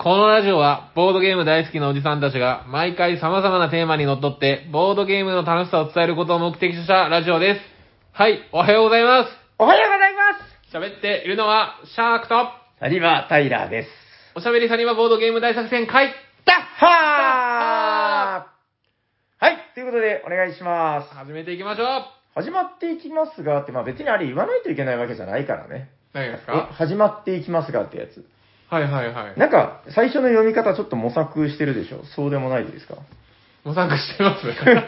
このラジオは、ボードゲーム大好きなおじさんたちが、毎回様々なテーマにのっとって、ボードゲームの楽しさを伝えることを目的としたラジオです。はい、おはようございます。 おはようございます。 喋っているのは、シャークと、 サニバタイラーです。 おしゃべりサニバボードゲーム大作戦会。 ダッハーはい、ということでお願いします。 始めていきましょう。 始まっていきますがって、別にあれ言わないといけないわけじゃないからね。 何ですか？ 始まっていきますがってやつ。 はいはいはい。 なんか、最初の読み方ちょっと模索してるでしょ？そうでもないですか？ 模索してます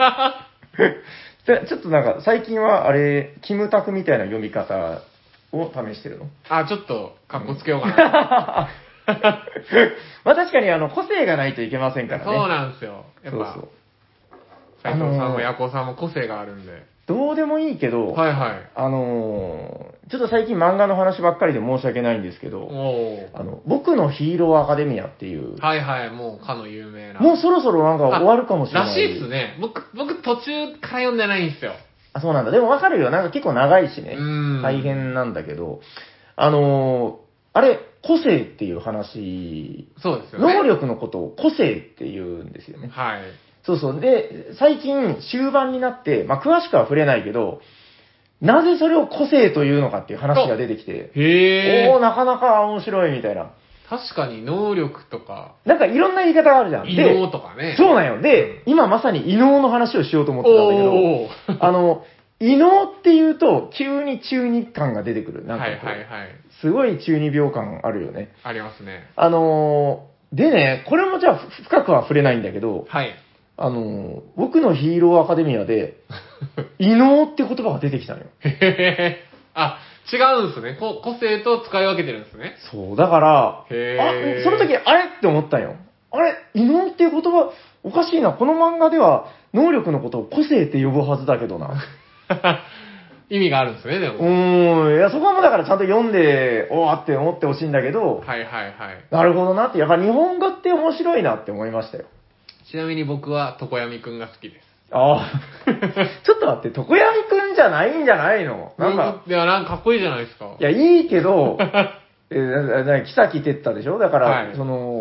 ちょっとなんか、最近はあれ、キムタクみたいな読み方を試してるの？ あ、ちょっと、かっこつけようかな。 確かに個性がないといけませんからね。 そうなんですよ。やっぱ、 そう斉藤さんもヤコウさんも個性があるんで。 どうでもいいけど、 はいはい。 ちょっと最近漫画の話ばっかりで申し訳ないんですけど、僕のヒーローアカデミアっていう、 はいはい、もうかの有名な。 もうそろそろなんか終わるかもしれない。 らしいっすね。僕途中から読んでないんですよ。 あ、そうなんだ。でもわかるよ。なんか結構長いしね。 うん。 大変なんだけど、あれ、個性っていう話、 そうですよね。 能力のことを個性って言うんですよね。 はい。 そうそう。で、最近終盤になって、詳しくは触れないけど、なぜそれを個性というのかっていう話が出てきて、 へー。 なかなか面白いみたいな。 確かに能力とか、 なんかいろんな言い方があるじゃん。 異能とかね。 そうなんよ。で、今まさに異能の話をしようと思ってたんだけど、異能っていうと、急に中二感が出てくる。なんかはいはいはい。 すごい中二病感あるよね。 ありますね。 でね、これもじゃあ深くは触れないんだけど、 はい。 僕のヒーローアカデミアで、異能って言葉が出てきたのよ。 へへへ。あ、違うんですね。個性と使い分けてるんですね。 そう、だから、 へー。 その時、あれって思ったんよ。あれ、異能っていう言葉、おかしいな。この漫画では、能力のことを個性って呼ぶはずだけどな。 意味があるんですね、でも。 いや、そこはもうだからちゃんと読んで、おーって思ってほしいんだけど、 はいはいはい。 なるほどなって、やっぱ日本語って面白いなって思いましたよ。 ちなみに僕は床闇くんが好きです。 ああ。ちょっと待って、床闇くんじゃないんじゃないのなんか。 いや、なんかかっこいいじゃないですか。 いや、いいけど、木崎哲太でしょだから、 はい、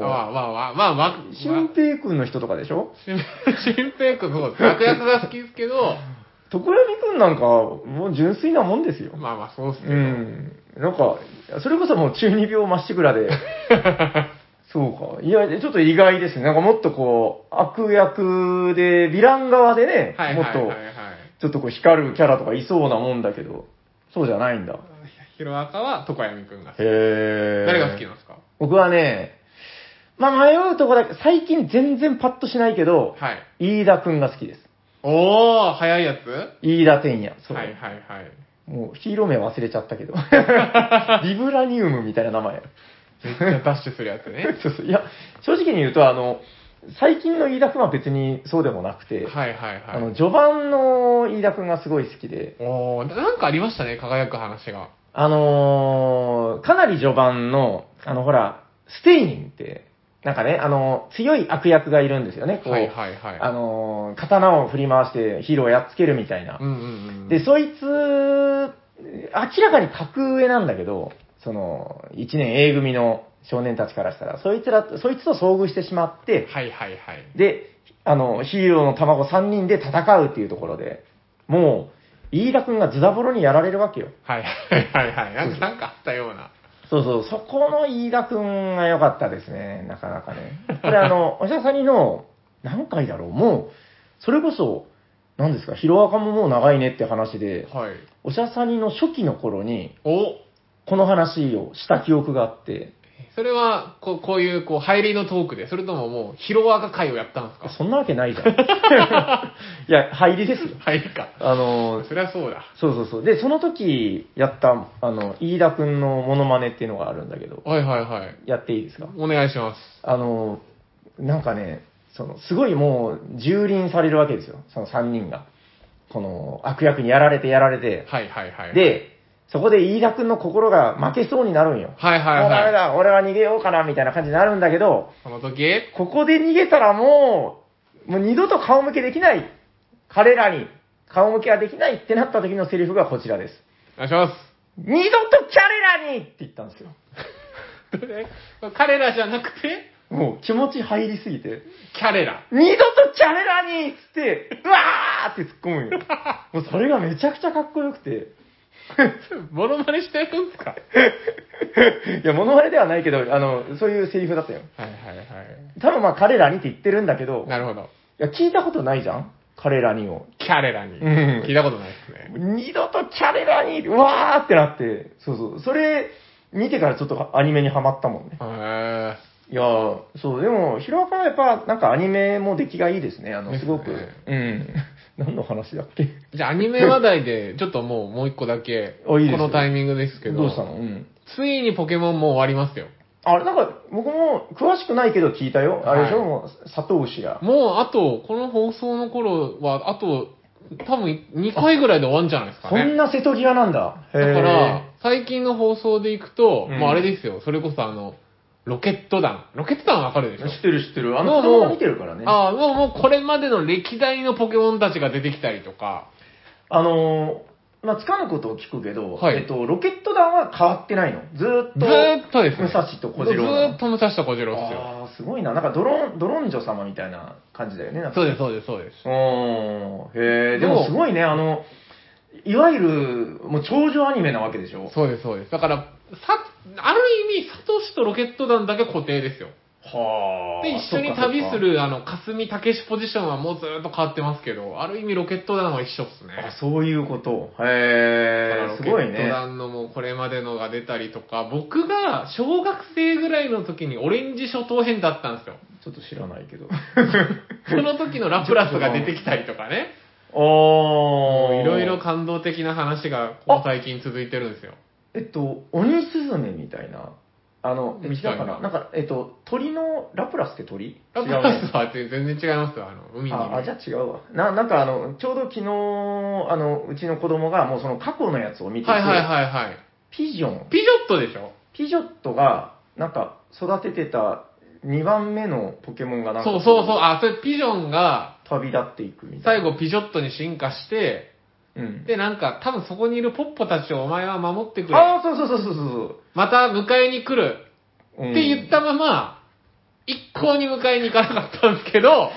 新平くんの人とかでしょ新平くん、そうです。悪役が好きですけど、 床闇くんなんか、もう純粋なもんですよ。 そうっすけど。 なんか、それこそもう中二病まっしぐらで。そうか。いや、ちょっと意外ですね。なんかもっとこう、悪役で、ヴィラン側でね、もっと、ちょっとこう光るキャラとかいそうなもんだけど、そうじゃないんだ。 ヒロアカは床闇くんが好き。 誰が好きなんですか？ 僕はね、迷うとこだけ、最近全然パッとしないけど、 はい。 飯田くんが好きです。 おー、早いやつ？ 飯田天也。そう。 はいはいはい。 もうヒーロー名忘れちゃったけど。ビブラニウムみたいな名前。 めっちゃダッシュするやつね。 そうそう。いや、正直に言うと、最近の飯田くんは別にそうでもなくて、 はいはいはい。 序盤の飯田くんがすごい好きで。 なんかありましたね、輝く話が。 かなり序盤の、ほら、ステイニンって、なんかね、強い悪役がいるんですよね。こう、 はいはいはい。 刀を振り回してヒーローをやっつけるみたいな。で、そいつ、明らかに格上なんだけど、一年 A 組の少年たちからしたら、そいつと遭遇してしまって、 はいはいはい。 で、ヒーローの卵3人で戦うっていうところで、もう、飯田くんがズダボロにやられるわけよ。 はいはいはいはい。なんかあったような。 そうそう、そこの飯田くんが良かったですね、なかなかね。これおしゃさにの、何回だろう、もう、それこそ、何ですか、ヒロアカももう長いねって話で、 はい。 おしゃさにの初期の頃に、 この話をした記憶があって、 それは、こういう、入りのトークで、それとももう、ヒロアカ会をやったんですか？ そんなわけないじゃん。いや、入りですよ。 入りか。そりゃそうだ。 そうそうそう。で、その時やった、飯田くんのモノマネっていうのがあるんだけど。 はいはいはい。 やっていいですか？ お願いします。 なんかね、すごいもう、蹂躙されるわけですよ。その3人が。この、悪役にやられて。 はいはいはい。 で、そこで飯田くんの心が負けそうになるんよ。 はいはいはい。 ダメだ、俺は逃げようかな、みたいな感じになるんだけど、 その時ここで逃げたらもう二度と顔向けできない。彼らに顔向けはできないってなった時のセリフがこちらです。 お願いします。 二度と彼らにって言ったんですよ。 彼らじゃなくてもう気持ち入りすぎて、 キャレラ。 二度とキャレラにっつって、うわーって突っ込むんよ。もうそれがめちゃくちゃかっこよくて。 モノマネしてるんですか？ いや、モノマネではないけど、そういうセリフだったよ。 はいはいはい。 多分まあ彼らにって言ってるんだけど、 なるほど。 いや、聞いたことないじゃん彼らにを。 キャレラに。 うん聞いたことないですね。 二度とキャレラに、うわーってなって、そうそう。それ、見てからちょっとアニメにハマったもんね。 へいやー、そう、でも、ヒロアカはやっぱ、なんかアニメも出来がいいですね。 ですねすごく。うん。何の話だっけじゃあアニメ話題で、ちょっともう一個だけ、 あいいですよこのタイミングですけど、 どうしたのうん。 ついにポケモンもう終わりますよ。 あれ、なんか、僕も詳しくないけど聞いたよ。あれでしょ、 はいもう、佐藤氏が。 もうあと、この放送の頃は、あと、多分2回ぐらいで終わるんじゃないですかそんね。 な瀬戸際なんだ。へーだから、最近の放送でいくと、 うんもうあれですよ、それこそロケット団。ロケット団わかるでしょ？ 知ってる知ってる。 もう動画見てるからね。 もうこれまでの歴代のポケモンたちが出てきたりとか、 まあ、つかぬことを聞くけど、 はいロケット団は変わってないの。ずーっと、 ずーっとですね。 武蔵と小次郎ずなのーっと武蔵と小次郎っすよ。 ああ、すごいな。なんかドロンジョ様みたいな感じだよね。なんかそうです、そうです、そうです。 へえ、でもすごいね。いわゆる、もう長寿アニメなわけでしょ。 そうです、そうです。だから、ある意味、サトシとロケット団だけ固定ですよ。 はあ。 で、一緒に旅する、霞武史ポジションはもうずーっと変わってますけど、ある意味ロケット団は一緒っすね。 あ、そういうこと。 だからへえ、すごいロケットね。 団のもうこれまでのが出たりとか、僕が小学生ぐらいの時にオレンジ諸島編だったんですよ。 ちょっと知らないけど。 その時のラプラスが出てきたりとかね。 おー。 いろいろ感動的な話がここ最近続いてるんですよ。 鬼スズメみたいな。違みたいうなかななんか、鳥の、ラプラスって鳥ラプラスは全然違いますよ。海にいる。 じゃあ違うわ。なんかちょうど昨日、うちの子供がもうその過去のやつを見てて、 はいはいはいはい。 ピジョン。 ピジョットでしょ？ ピジョットが、なんか、育ててた2番目のポケモンがなんか、 そうそうそう。それピジョンが、 旅立っていくみたいな。 最後ピジョットに進化して、 うん。 で、なんか、多分そこにいるポッポたちをお前は守ってくれ。 そうそうそうそうそう。 また迎えに来る。 うんって言ったまま、一向に迎えに行かなかったんですけど、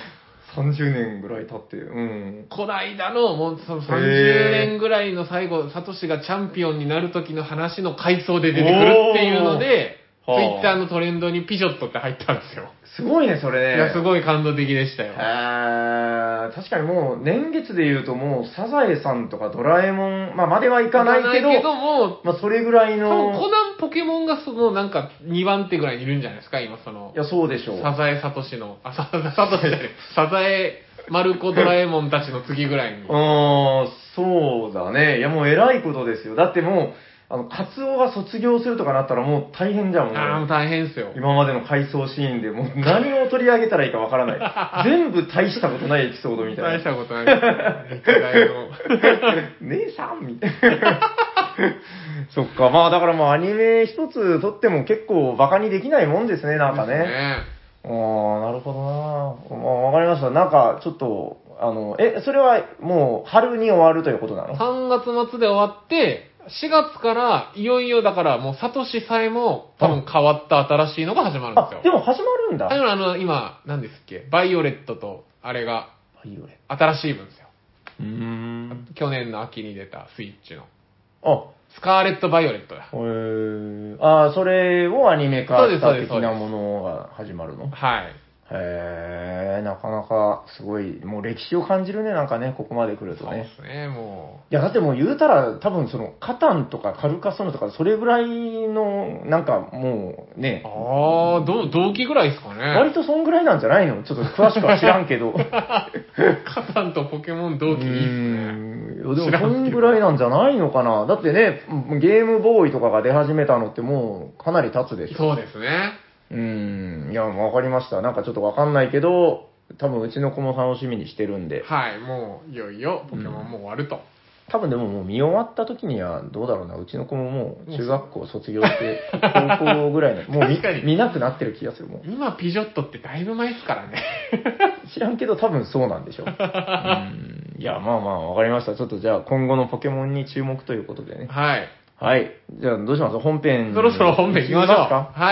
30年ぐらい経って、うん。 こないだの、もうその30年ぐらいの最後、サトシがチャンピオンになる時の話の回想で出てくるっていうので、ツイッターのトレンドにピジョットって入ったんですよ。 すごいね、それね。 いや、すごい感動的でしたよ。 確かにもう、年月で言うともう、サザエさんとかドラえもん、まではいかないけど、 もそれぐらいの。 多分コナンポケモンがなんか2番手ぐらいにいるんじゃないですか、今いや、そうでしょう。 サザエサトシの、サトシじゃない、サザエマルコドラえもんたちの次ぐらいに。 そうだね。いや、もう偉いことですよ。だってもう、カツオが卒業するとかなったらもう大変じゃん、もう。 もう大変ですよ。 今までの回想シーンでもう何を取り上げたらいいかわからない。全部大したことないエピソードみたいな。 大したことない。歴代の。 姉さんみたいな。そっか、だからもうアニメ一つ撮っても結構バカにできないもんですね、なんかね。 ですね。 なるほどなわかりました。なんか、ちょっと、それはもう春に終わるということなの ?3 月末で終わって、4月からいよいよだからもうサトシさえも多分変わった新しいのが始まるんですよ。 でも始まるんだ。 今、何ですっけ、バイオレットと、あれが、新しい分ですよ。去年の秋に出たスイッチの。スカーレット・バイオレットだ。 それをアニメ化した的なものが始まるのはい。 なかなかすごい、もう歴史を感じるね、なんかね、ここまで来るとね。 そうですね、もう。いや、だってもう言うたら、多分カタンとかカルカソンヌとか、それぐらいの、なんかもうね。 同期ぐらいですかね。 割とそんぐらいなんじゃないのちょっと詳しくは知らんけど。 カタンとポケモン同期いいっすね。 でもそんぐらいなんじゃないのかな。だってね、ゲームボーイとかが出始めたのってもうかなり経つでしょ。 そうですね。 いや、わかりました。なんかちょっとわかんないけど、多分うちの子も楽しみにしてるんで。 はい、もういよいよポケモンも終わると。 多分でももう見終わった時にはどうだろうな。うちの子ももう中学校卒業して高校ぐらいの、もう見なくなってる気がするもん。 今ピジョットってだいぶ前ですからね。 知らんけど多分そうなんでしょ。いや、わかりました。ちょっとじゃあ今後のポケモンに注目ということでね。 はい。 はい。じゃあどうします本編。 そろそろ本編行きましょう。はい。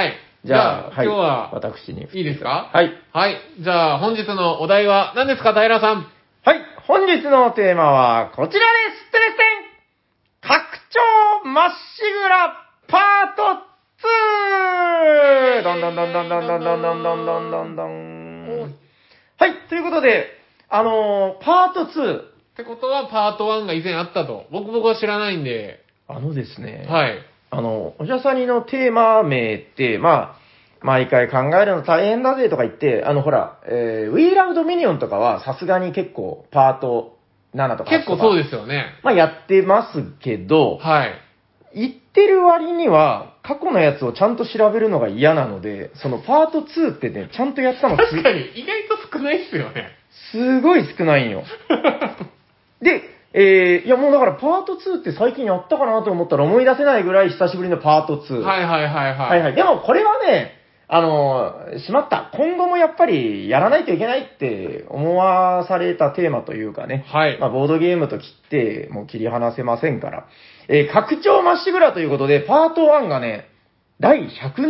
じゃあ、今日は、 私に。 いいですか？ はい。 はい。じゃあ、本日のお題は何ですか、平さん。 はい。本日のテーマはこちらです。テレステン拡張まっしぐらパート 2! どんどんどんどんどんどんどんどんどんどんどんどん。はい。ということで、パート 2。 ってことは、パート1が以前あったと。僕は知らないんで。 ですね。 はい。 おしゃさにのテーマ名って、まあ、毎回考えるの大変だぜとか言って、ほら、We Love Dominion とかはさすがに結構パート7とか結構そうですよね。 まあやってますけど、 はい。 言ってる割には過去のやつをちゃんと調べるのが嫌なので、そのパート2ってね、ちゃんとやったの確かに意外と少ないっすよね。 すごい少ないんよ。で、いやもうだからパート2って最近やったかなと思ったら思い出せないぐらい久しぶりのパート2。 はいはいはいはい。 はいはい。でもこれはね、しまった。今後もやっぱりやらないといけないって思わされたテーマというかね。 はい。 まあボードゲームと切ってもう切り離せませんから。拡張まっしぐらということで、パート1がね、第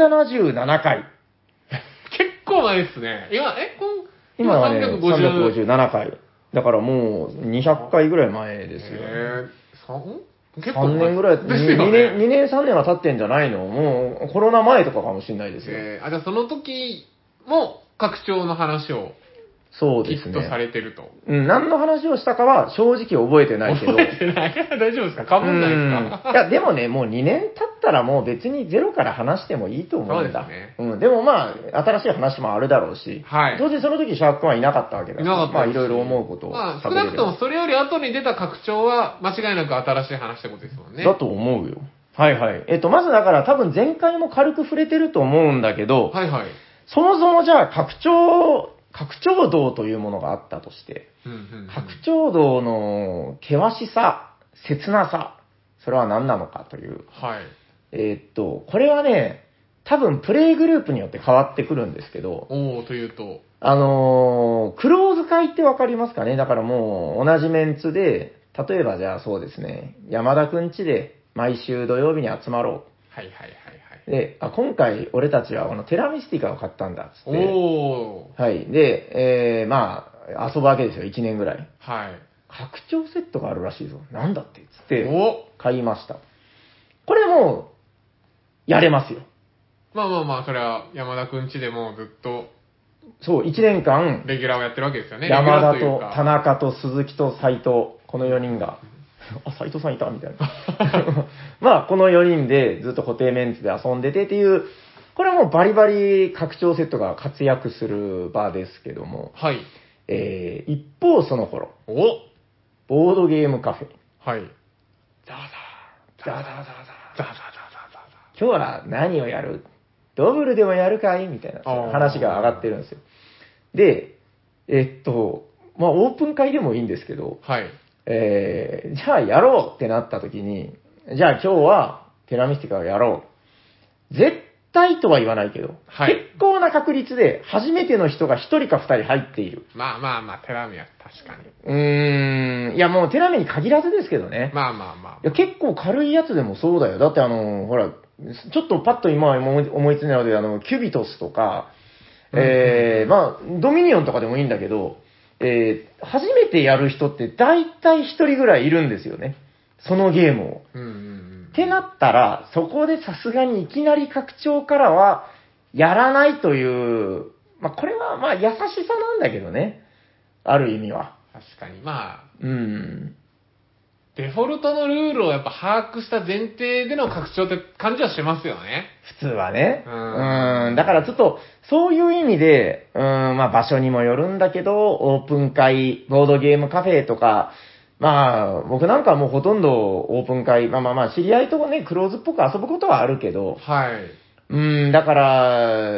177回。 結構前ですね。 今はね、357回。だからもう200回ぐらい前ですよ。 結構 3年ぐらい、2年3年は経ってんじゃないの？もうコロナ前とかかもしれないですよ。 じゃあその時も拡張の話をそうですね。 きっとされてると。 何の話をしたかは正直覚えてないけど。 覚えてない大丈夫ですか？かぶんないですか？ いや、でもね、もう2年経ったらもう別にゼロから話してもいいと思うんだ。 そうですね。 でもまあ、新しい話もあるだろうし。 はい。 当然その時シャーク君はいなかったわけだから。 いなかった。 まあ、いろいろ思うことを。 まあ、少なくともそれより後に出た拡張は間違いなく新しい話ってことですもんね。 だと思うよ。はいはい。まずだから多分前回も軽く触れてると思うんだけど、 はいはい。 そもそもじゃあ拡張道というものがあったとして、拡張道の険しさ、切なさ、それは何なのかという。 はい。 これはね、多分プレイグループによって変わってくるんですけど、 というと。 クローズ会ってわかりますかね？だからもう同じメンツで、例えばじゃあそうですね、山田くん家で毎週土曜日に集まろう。 はいはいはいはい。 で、今回俺たちはテラミスティカを買ったんだっつって。はい。で、まあ、遊ぶわけですよ、1年ぐらい。 はい。 拡張セットがあるらしいぞ。なんだってつって、買いました。これもう、やれますよ。 まあまあまあ、それは山田くん家でもずっと、 そう、1年間、 レギュラーをやってるわけですよね。 山田と田中と鈴木と斎藤、この4人が。あ、斎藤さんいたみたいな。まあ、この4人でずっと固定メンツで遊んでてっていう、これはもうバリバリ拡張セットが活躍する場ですけども。 はい。 一方その頃。ボードゲームカフェ。 はい。 ザーザー、ザーザーザーザー、ザーザーザーザーザー。今日は何をやる？ドブルでもやるかいみたいな話が上がってるんですよ。で、まあ、オープン会でもいいんですけど、 はい。 じゃあやろうってなった時に、じゃあ今日はテラミスティカをやろう。絶対とは言わないけど、 はい、 結構な確率で初めての人が1人か2人入っている。 まあまあまあ、テラミは確かに。 いやもうテラミに限らずですけどね。 まあまあまあ。 いや結構軽いやつでもそうだよ。だってほら、ちょっとパッと今思いついたので、キュビトスとか、まあ、ドミニオンとかでもいいんだけど、初めてやる人って大体一人ぐらいいるんですよね。そのゲームを。ってなったら、そこでさすがにいきなり拡張からはやらないという、まあこれはまあ優しさなんだけどね。ある意味は。 確かに。まあ、 デフォルトのルールをやっぱ把握した前提での拡張って感じはしますよね。 普通はね。だからちょっと、そういう意味で、まあ場所にもよるんだけど、オープン会、ボードゲームカフェとか、まあ、僕なんかはもうほとんどオープン会、まあ、知り合いとね、クローズっぽく遊ぶことはあるけど、 はい。 だから、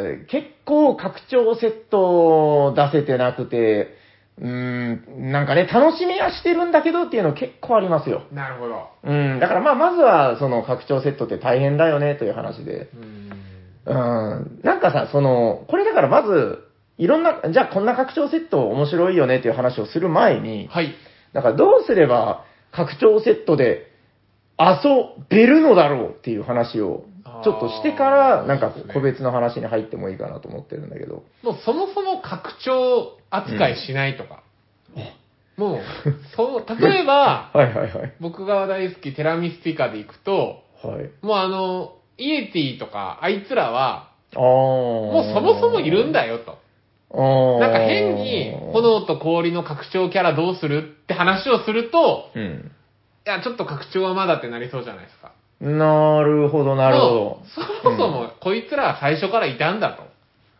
結構拡張セットを出せてなくて、なんかね、楽しみはしてるんだけどっていうの結構ありますよ。 なるほど。 だからまあ、まずはその拡張セットって大変だよねという話で。なんかさ、これだからまず、いろんな、じゃあこんな拡張セット面白いよねっていう話をする前に、 はい。 だからどうすれば拡張セットで遊べるのだろうっていう話をちょっとしてから、なんか個別の話に入ってもいいかなと思ってるんだけど。 もうそもそも拡張扱いしないとか。もう、例えば、 はいはいはい。 僕が大好きテラミスティカで行くと、 はい。 もうイエティとか、あいつらは、 ももうそもそもいるんだよと。なんか変に炎と氷の拡張キャラどうするって話をすると、いや、ちょっと拡張はまだってなりそうじゃないですか。 なるほど、なるほど。 そもそもこいつらは最初からいたんだと。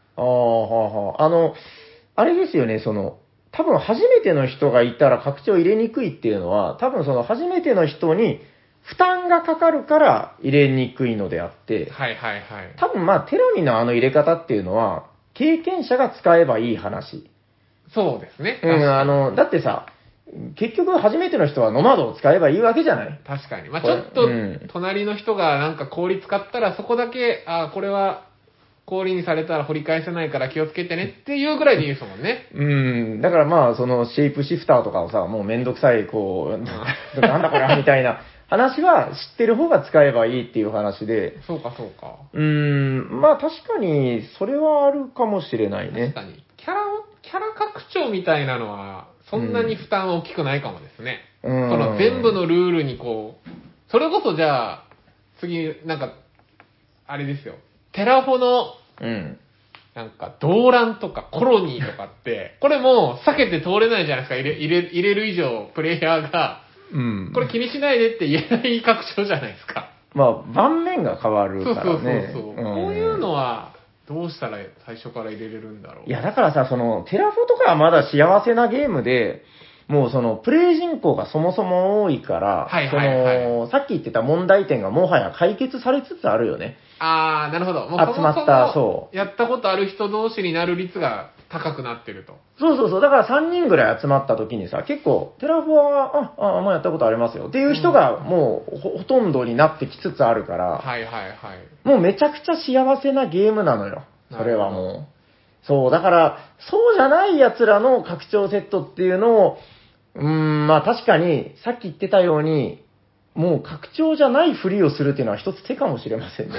あれですよね、多分初めての人がいたら拡張入れにくいっていうのは、多分初めての人に負担がかかるから入れにくいのであって、 はいはいはい。 多分テラミの入れ方っていうのは、経験者が使えばいい話。 そうですね。 だってさ、結局初めての人はノマドを使えばいいわけじゃない？ 確かに。ちょっと、隣の人がなんか氷使ったらそこだけ、これは氷にされたら掘り返せないから気をつけてねっていうぐらいでいいですもんね。 だからシェイプシフターとかをさ、もうめんどくさい、なんだこれはみたいな話は知ってる方が使えばいいっていう話で。 そうかそうか。 確かに、それはあるかもしれないね。 確かに。キャラ拡張みたいなのは、そんなに負担大きくないかもですね。その全部のルールにそれこそじゃあ、次、なんか、あれですよ。テラフォの、なんか、動乱とかコロニーとかって、これもう避けて通れないじゃないですか。入れる以上、プレイヤーが、これ気にしないでって言えない拡張じゃないですか。 盤面が変わるからね。 そう。こういうのは、どうしたら最初から入れれるんだろう。 いや、だからさ、テラフォとかはまだ幸せなゲームで、もうプレイ人口がそもそも多いから、さっき言ってた問題点がもはや解決されつつあるよね。 なるほど。もう集まった、そう。 やったことある人同士になる率が高くなってると。 そう。だから3人ぐらい集まった時にさ、結構、テラフォは、もうやったことありますよ。っていう人がもうほとんどになってきつつあるから、もうめちゃくちゃ幸せなゲームなのよ。それはもう。そう、だから、そうじゃない奴らの拡張セットっていうのを、確かに、さっき言ってたように、もう拡張じゃないふりをするっていうのは一つ手かもしれませんね。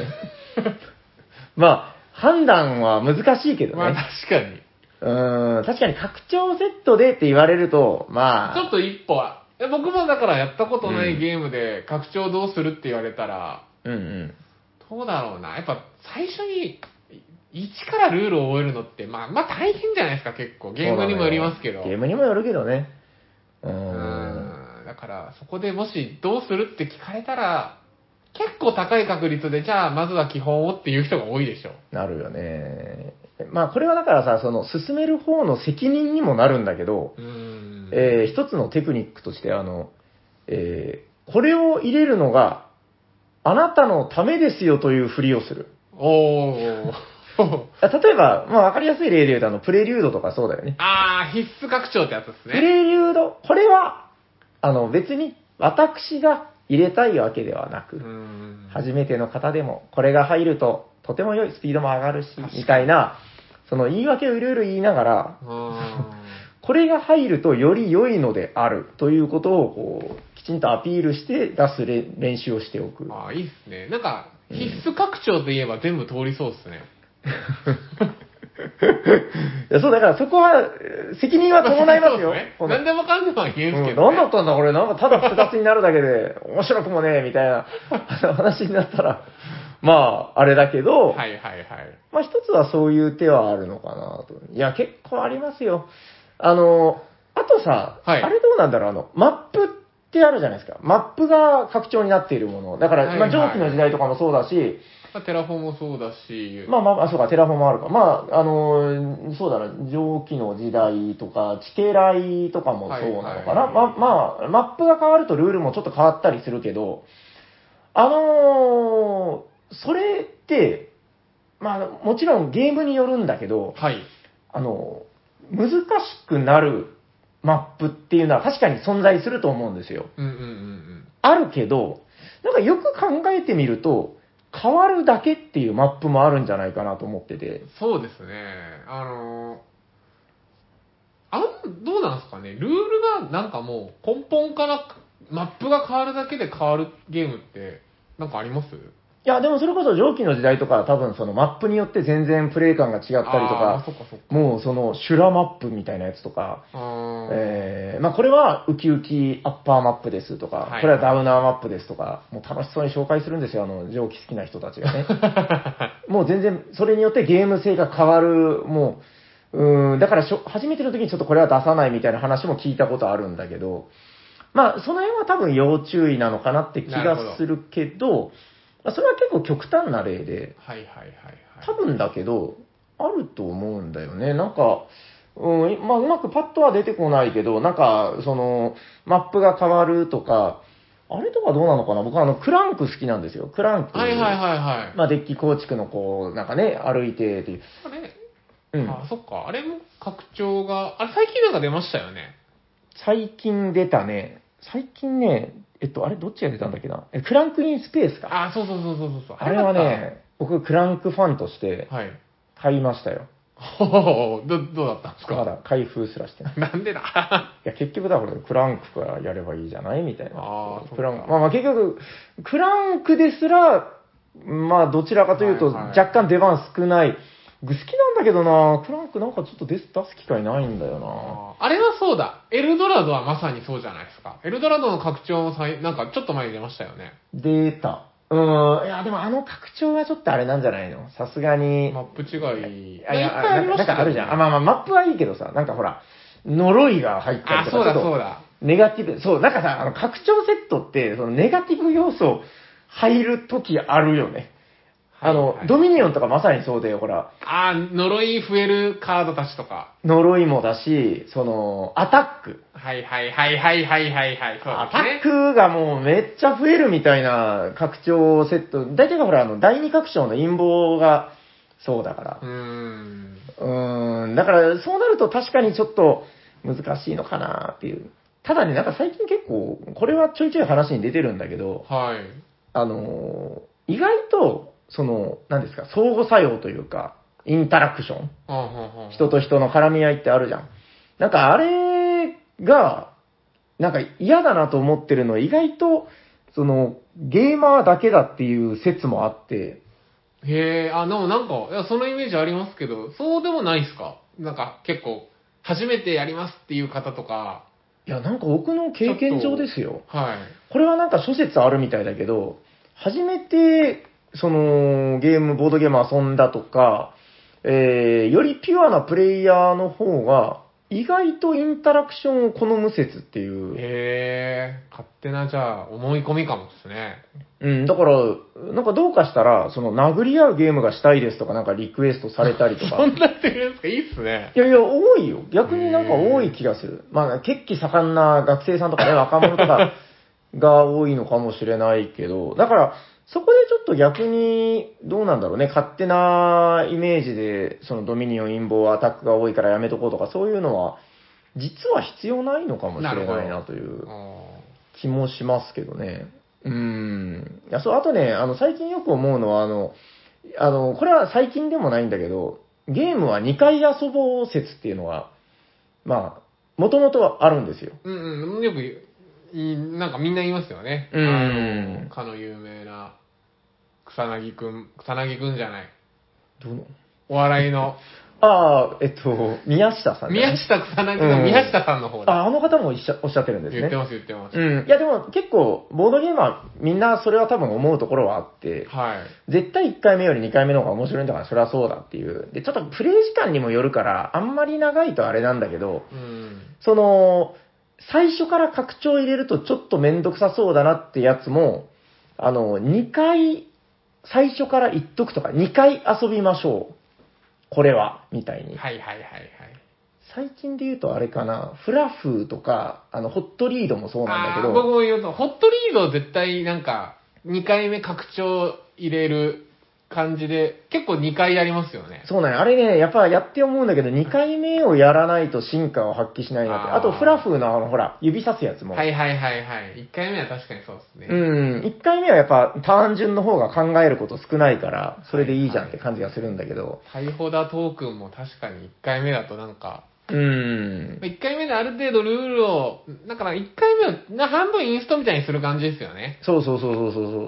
判断は難しいけどね。 確かに。 確かに拡張セットでって言われると、 ちょっと一歩は。僕もだからやったことないゲームで拡張どうするって言われたら、どうだろうな。やっぱ最初に、一からルールを覚えるのって、大変じゃないですか、結構。ゲームにもよりますけど。 ゲームにもよるけどね。 だから、そこでもしどうするって聞かれたら、結構高い確率で、じゃあまずは基本をっていう人が多いでしょ。 なるよね。これはだからさ、進める方の責任にもなるんだけど、一つのテクニックとして、これを入れるのが、あなたのためですよというふりをする。例えば、わかりやすい例で言うと、プレリュードとかそうだよね。 必須拡張ってやつですね。 プレリュード、これは、別に私が入れたいわけではなく、初めての方でも、これが入ると、とても良いスピードも上がるし、みたいな、言い訳をいろいろ言いながら、これが入るとより良いのであるということを、きちんとアピールして出す練習をしておく。 いいっすね。なんか、必須拡張といえば全部通りそうっすね。 そう、だからそこは、責任は伴いますよ。 何でもかんでも言うんすけど、 何だったんだこれ、なんかただ複雑になるだけで、面白くもねえ、みたいな話になったら、あれだけど、一つはそういう手はあるのかなと。いや、結構ありますよ。あとさ、あれどうなんだろう、マップってあるじゃないですか。マップが拡張になっているもの。だから、蒸気の時代とかもそうだし、 テラフォもそうだし。 そうか、テラフォもあるか。そうだな、蒸気の時代とか、地形雷とかもそうなのかな。マップが変わるとルールもちょっと変わったりするけど、それって、もちろんゲームによるんだけど、難しくなるマップっていうのは確かに存在すると思うんですよ。あるけど、なんかよく考えてみると、変わるだけっていうマップもあるんじゃないかなと思ってて。 そうですね。どうなんですかね。ルールがなんかもう根本からマップが変わるだけで変わるゲームってなんかあります？ いや、でもそれこそ蒸気の時代とかは多分そのマップによって全然プレイ感が違ったりとか、もうその修羅マップみたいなやつとか、まあこれはウキウキアッパーマップですとか、これはダウナーマップですとか、もう楽しそうに紹介するんですよ、蒸気好きな人たちがね。もう全然それによってゲーム性が変わる、もう、だから初めての時にちょっとこれは出さないみたいな話も聞いたことあるんだけど、まあその辺は多分要注意なのかなって気がするけど、それは結構極端な例で、多分だけど、あると思うんだよね。なんか、まあ、うまくパッとは出てこないけど、なんか、その、マップが変わるとか、あれとかどうなのかな僕はクランク好きなんですよ。クランク。まあ、デッキ構築のこう、なんかね、歩いてっていう。 あれそっか。あれも拡張が、あれ最近なんか出ましたよね。 最近出たね。最近ね、あれどっちが出たんだっけなクランクインスペースか。 そう。 あれはね、僕クランクファンとして買いましたよ。 どうだったんですか？ まだ開封すらしてない。 なんでだいや、結局だからクランクからやればいいじゃないみたいな。 クランク。 まあ結局、クランクですら、まあどちらかというと若干出番少ない。好きなんだけどなクランクなんかちょっと出す機会ないんだよなあれはそうだ。エルドラドはまさにそうじゃないですか。エルドラドの拡張もなんかちょっと前に出ましたよね。 出た。いや、でも拡張はちょっとあれなんじゃないのさすがに。 マップ違い。 いや、なんかあるじゃん。まあマップはいいけどさ、なんかほら、呪いが入ったりとか。 そうだ。 ネガティブ、そう、なんかさ、拡張セットって、そのネガティブ要素入るときあるよね。ドミニオンとかまさにそうで、ほら。 呪い増えるカードたちとか。 呪いもだし、その、アタック。 はい。アタックがもうめっちゃ増えるみたいな拡張セット。大体がほら、第二拡張の陰謀がそうだから。だからそうなると確かにちょっと難しいのかなっていう。ただね、なんか最近結構、これはちょいちょい話に出てるんだけど、意外と、その、何ですか、相互作用というか、インタラクション。人と人の絡み合いってあるじゃん。なんかあれが、なんか嫌だなと思ってるのは意外と、その、ゲーマーだけだっていう説もあって。 でもなんか、いや、そのイメージありますけど、そうでもないっすか？なんか結構、初めてやりますっていう方とか。 いや、なんか僕の経験上ですよ。これはなんか諸説あるみたいだけど、初めて、その、ボードゲーム遊んだとか、よりピュアなプレイヤーの方が、意外とインタラクションを好む説っていう。 勝手な、じゃあ、思い込みかもですね。 だから、なんかどうかしたら、その、殴り合うゲームがしたいですとか、なんかリクエストされたりとか。 そんなってるんですか？いいっすね。 いや、多いよ。逆になんか多い気がする。まあ、血気盛んな学生さんとかね、若者とかが多いのかもしれないけど、だから、そこでちょっと逆に、どうなんだろうね、勝手なイメージで、そのドミニオン、陰謀、アタックが多いからやめとこうとか、そういうのは、実は必要ないのかもしれないなという気もしますけどね。いや、そう、あとね、最近よく思うのは、これは最近でもないんだけど、ゲームは2回遊ぼう説っていうのが、まあ、もともとはあるんですよ。 よく、なんかみんな言いますよね。かの有名な、草薙くんじゃない。 どのお笑いの。 宮下さん、 ね。宮下草薙の宮下さんの方で。あの方もおっしゃってるんですね。 言ってます。 いやでも結構、ボードゲーマーみんなそれは多分思うところはあって、絶対1回目より2回目の方が面白いんだからそれはそうだっていう。で、ちょっとプレイ時間にもよるから、あんまり長いとあれなんだけど、その、最初から拡張入れるとちょっとめんどくさそうだなってやつも、2回、最初から言っとくとか、2回遊びましょう。これは、みたいに。最近で言うとあれかな、フラフーとか、ホットリードもそうなんだけど。 僕も言うと、ホットリード絶対なんか、2回目拡張入れる感じで、結構2回やりますよね。 そうなんや。あれね、やっぱやって思うんだけど、2回目をやらないと進化を発揮しないなって。あと、フラフーのほら、指さすやつも。 1回目は確かにそうですね。 1回目はやっぱ単純の方が考えること少ないから、それでいいじゃんって感じがするんだけど。 ハイホダトークンも確かに1回目だとなんか、 1回目である程度ルールを、だから1回目は半分インストみたいにする感じですよね。 そう。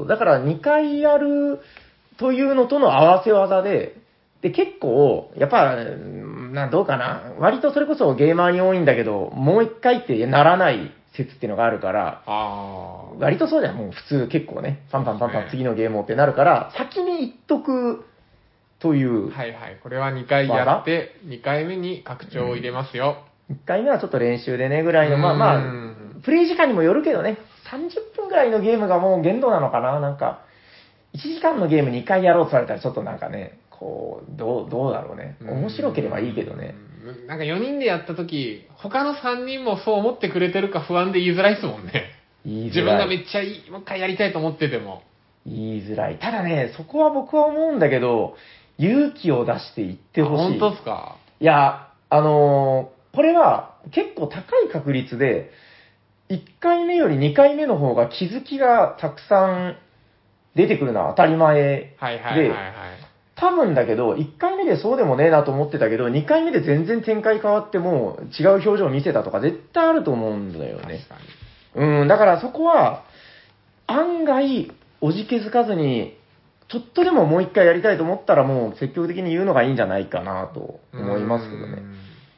だから2回やるというのとの合わせ技で、結構、やっぱ、どうかな。割とそれこそゲーマーに多いんだけど、もう1回ってならない説っていうのがあるから、割とそうじゃん。もう普通結構ね、パンパン次のゲームをってなるから、先に言っとくという。 はい。これは2回やって、2回目に拡張を入れますよ。 1回目はちょっと練習でね、ぐらいの、まあ、プレイ時間にもよるけどね、30分ぐらいのゲームがもう限度なのかな。なんか、1時間のゲーム2回やろうとされたらちょっとなんかね、こう、どうだろうね。面白ければいいけどね。 なんか4人でやったとき、他の3人もそう思ってくれてるか不安で言いづらいですもんね。自分がめっちゃもう一回やりたいと思ってても。 言いづらい。ただね、そこは僕は思うんだけど、勇気を出して言ってほしい。 本当ですか？ いや、これは結構高い確率で、1回目より2回目の方が気づきがたくさん出てくるのは当たり前で、多分だけど、1回目でそうでもねえなと思ってたけど、2回目で全然展開変わっても違う表情を見せたとか絶対あると思うんだよね。だからそこは、案外、おじけづかずに、ちょっとでももう1回やりたいと思ったらもう積極的に言うのがいいんじゃないかなと思いますけどね。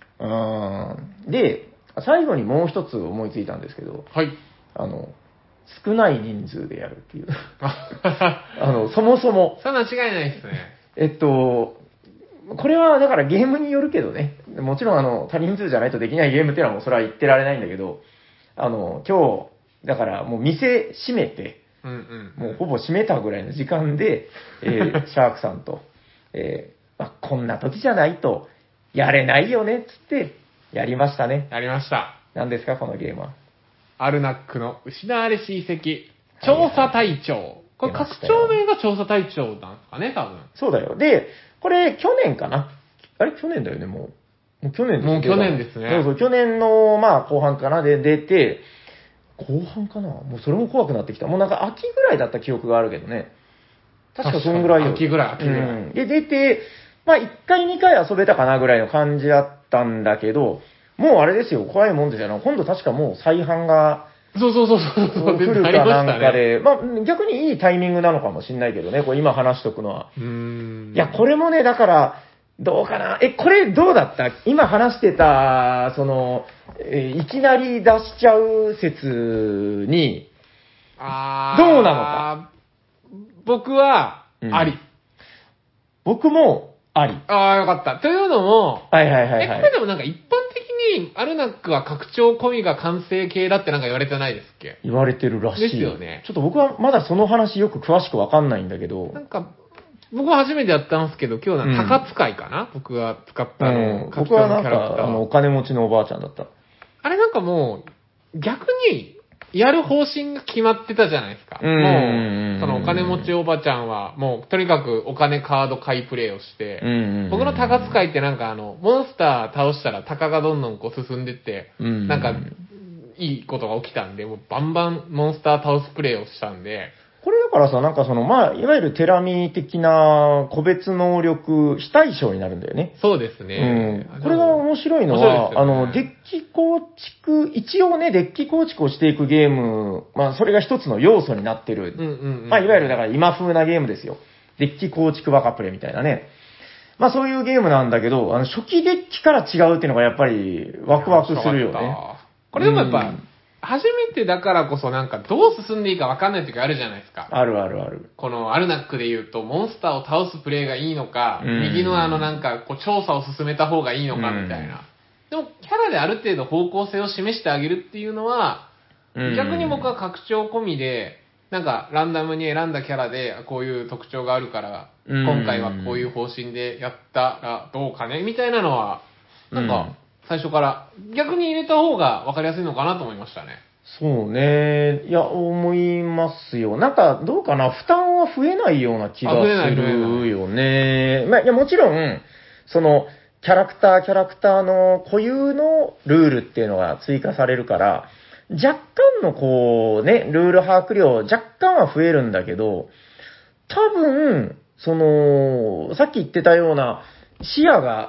で、最後にもう一つ思いついたんですけど、 はい。 少ない人数でやるっていう。そもそも。 それは間違いないですね。 これはだからゲームによるけどね。もちろん多人数じゃないとできないゲームっていうのはもうそれは言ってられないんだけど、今日、だからもう店閉めて、もうほぼ閉めたぐらいの時間で、シャークさんと、こんな時じゃないとやれないよねっつってやりましたね。 やりました。 何ですかこのゲームは。 アルナックの失われし遺跡、調査隊長。これ拡張名が調査隊長なんですかね、多分。 そうだよ。で、これ去年かな。あれ去年だよね、もう去年ですね。 もう去年ですね。 そう、去年の、後半かなで出て、後半かなもうそれも怖くなってきた。もうなんか秋ぐらいだった記憶があるけどね。確かそんぐらいよ。 秋ぐらい。 で、出て、1回2回遊べたかなぐらいの感じだったんだけど、もうあれですよ、怖いもんですよ。今度確かもう再販が、 そう。 来るかなんかで、逆にいいタイミングなのかもしんないけどね、これ今話しとくのは。いや、これもね、だから、どうかな。これどうだった？今話してた、いきなり出しちゃう説に、どうなのか。 僕は、あり。 僕も、あり。 よかった。というのも、 これでもなんか一般的にアルナックは拡張込みが完成形だってなんか言われてないですっけ？ 言われてるらしい。 ですよね。 ちょっと僕はまだその話よく詳しくわかんないんだけど。 なんか、僕は初めてやったんですけど、今日は高使いかな、僕が使った僕はなんか、お金持ちのおばあちゃんだった。 あれなんかもう、逆に、やる方針が決まってたじゃないですか。もう、そのお金持ちおばちゃんは、もう、とにかくお金カード買いプレイをして、僕の高使いってなんかモンスター倒したら鷹がどんどんこう進んでって、なんか、いいことが起きたんで、もうバンバンモンスター倒すプレイをしたんで、 これだからさ、なんかいわゆるテラミ的な個別能力非対称になるんだよね。 そうですね。 これが面白いのは、デッキ構築、一応ね、デッキ構築をしていくゲーム、それが一つの要素になってる。いわゆるだから今風なゲームですよ。デッキ構築バカプレみたいなね。そういうゲームなんだけど、初期デッキから違うっていうのがやっぱりワクワクするよね。 これでもやっぱ、初めてだからこそなんかどう進んでいいか分かんない時あるじゃないですか。 ある。 このアルナックで言うと、モンスターを倒すプレイがいいのか、右のなんかこう調査を進めた方がいいのかみたいな。でもキャラである程度方向性を示してあげるっていうのは、逆に僕は拡張込みで、なんかランダムに選んだキャラでこういう特徴があるから、今回はこういう方針でやったらどうかねみたいなのは、なんか、最初から逆に入れた方が分かりやすいのかなと思いましたね。 そうね。いや、思いますよ。なんか、どうかな、負担は増えないような気がするよね。いや、もちろん、キャラクターの固有のルールっていうのが追加されるから、若干のこうね、ルール把握量若干は増えるんだけど、多分、さっき言ってたような視野が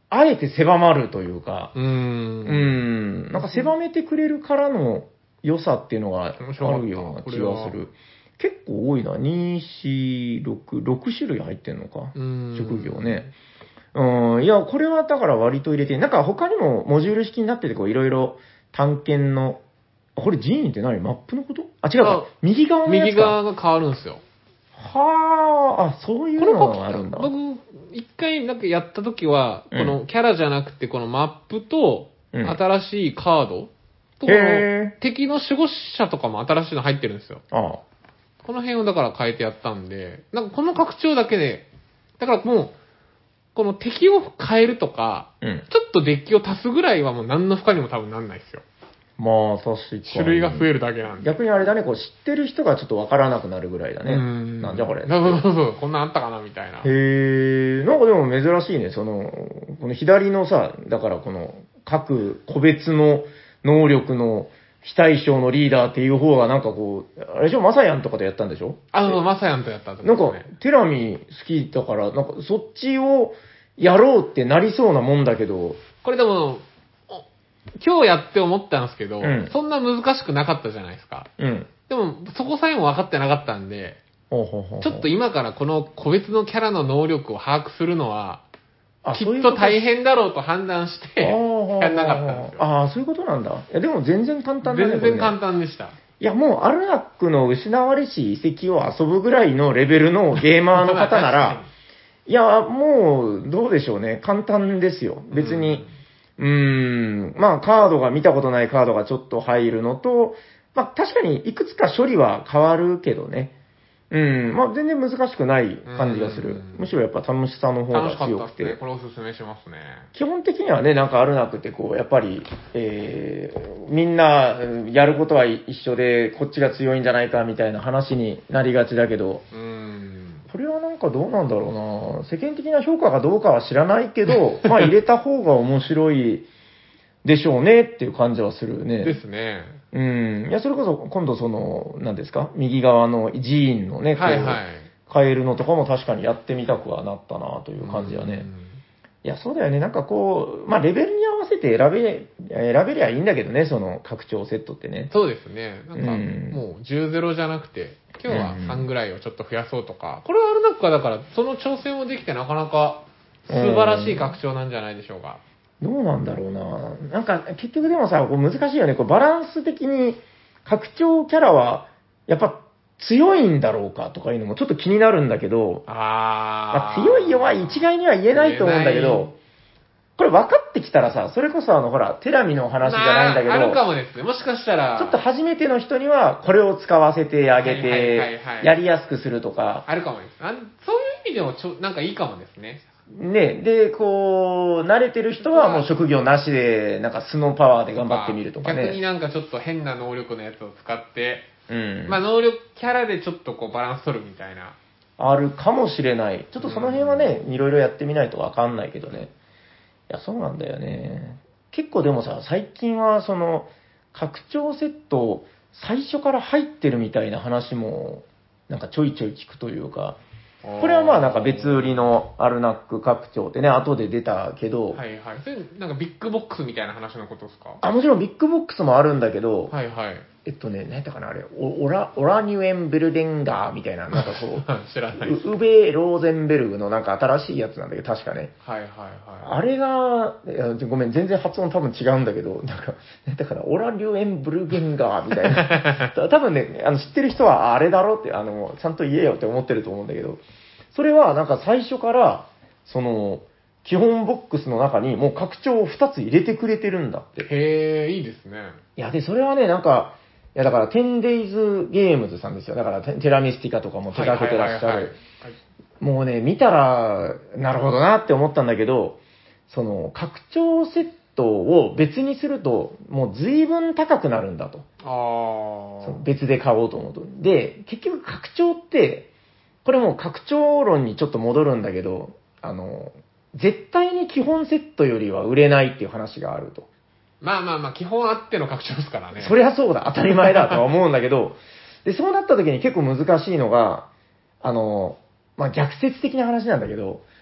あえて狭まるというか、なんか狭めてくれるからの良さっていうのがあるような気がする。結構多いな。2、4、6種類入ってんのか。職業ね。いや、これはだから割と入れて、なんか他にもモジュール式になってて、こういろいろ探検の、これ寺院って何マップのことあ、違うか。右側のやつか。 右側が変わるんですよ。 はあ、そういうのがあるんだ。 僕、一回なんかやった時は、このキャラじゃなくて、このマップと、新しいカードと、敵の守護者とかも新しいの入ってるんですよ。この辺をだから変えてやったんで、なんかこの拡張だけで、だからもう、この敵を変えるとか、ちょっとデッキを足すぐらいはもう何の負荷にも多分なんないですよ。 まあ、確かに。 種類が増えるだけなんで。 逆にあれだね、こう知ってる人がちょっとわからなくなるぐらいだね。なんじゃこれ。 そう、こんなんあったかなみたいな。 なんかでも珍しいね、この左のさ、だからこの各個別の能力の非対称のリーダーっていう方がなんかこう、あれでしょ、マサヤンとかでやったんでしょ？ マサヤンとやったんですね。 なんか、テラミ好きだから、なんかそっちをやろうってなりそうなもんだけど。 これでも、今日やって思ったんですけど、そんな難しくなかったじゃないですか。でも、そこさえも分かってなかったんで、ちょっと今からこの個別のキャラの能力を把握するのは、きっと大変だろうと判断して、やんなかったんですよ。 そういうことなんだ。いや、でも全然簡単だね。 全然簡単でした。 いや、もう、アルナックの失われし遺跡を遊ぶぐらいのレベルのゲーマーの方なら、いや、もう、どうでしょうね。簡単ですよ。別に。まあ、カードが見たことないカードがちょっと入るのと、まあ、確かにいくつか処理は変わるけどね。まあ、全然難しくない感じがする。むしろやっぱ楽しさの方が強くて。 ね、これおすすめしますね。 基本的にはね、なんかあるなくて、こう、やっぱり、みんなやることは一緒で、こっちが強いんじゃないかみたいな話になりがちだけど、これはなんかどうなんだろうな。世間的な評価がどうかは知らないけど、まあ入れた方が面白いでしょうねっていう感じはするね。 ですね。 いや、それこそ今度何ですか右側の寺院のね、変えるのとかも確かにやってみたくはなったなという感じはね。いや、そうだよね。なんかこう、まあレベルに合わせて選べりゃいいんだけどね、その拡張セットってね。 そうですね。なんかもう10-0じゃなくて、今日は3ぐらいをちょっと増やそうとか、これはあるなくかだから、その挑戦もできてなかなか素晴らしい拡張なんじゃないでしょうか。 どうなんだろうな。なんか結局でもさ、こう難しいよね。こうバランス的に拡張キャラはやっぱ強いんだろうかとかいうのもちょっと気になるんだけど、まあ、強い弱い一概には言えないと思うんだけど、これ分かってきたらさ、それこそほら、テラミの話じゃないんだけど、 あるかもですね。もしかしたら。 ちょっと初めての人にはこれを使わせてあげて、やりやすくするとか。 あるかもです。そういう意味でもなんかいいかもですね。 ね、で、こう、慣れてる人はもう職業なしで、なんか素のパワーで頑張ってみるとかね。 逆になんかちょっと変な能力のやつを使って、まあ能力キャラでちょっとこうバランス取るみたいな。 あるかもしれない。ちょっとその辺はね、いろいろやってみないとわかんないけどね。いや、そうなんだよね。結構でもさ、最近は拡張セット、最初から入ってるみたいな話も、なんかちょいちょい聞くというか、これはまあなんか別売りのアルナック拡張ってね、後で出たけど、 はいはい。それなんかビッグボックスみたいな話のことですか？ もちろんビッグボックスもあるんだけど、 はいはい。 何やったかな、あれ、オラニュエンベルデンガーみたいな、なんかこう、 知らないウベ・ローゼンベルグのなんか新しいやつなんだけど、確かね。 はいはいはい。 あれが、ごめん、全然発音多分違うんだけど、なんか、だから、オラニュエンブルゲンガーみたいな。多分ね、知ってる人はあれだろって、ちゃんと言えよって思ってると思うんだけど、それはなんか最初から、基本ボックスの中にもう拡張を2つ入れてくれてるんだって。 へー、いいですね。 いや、で、それはね、なんか、いや、だから、10days ゲームズさんですよ。だから、テラミスティカとかも手掛けてらっしゃる。もうね、見たら、なるほどなって思ったんだけど、拡張セットを別にすると、もう随分高くなるんだと。別で買おうと思うと。で、結局拡張って、これもう拡張論にちょっと戻るんだけど、絶対に基本セットよりは売れないっていう話があると。 まあまあまあ、基本あっての拡張ですからね。 そりゃそうだ、当たり前だとは思うんだけど、で、そうなった時に結構難しいのが、まあ逆説的な話なんだけど、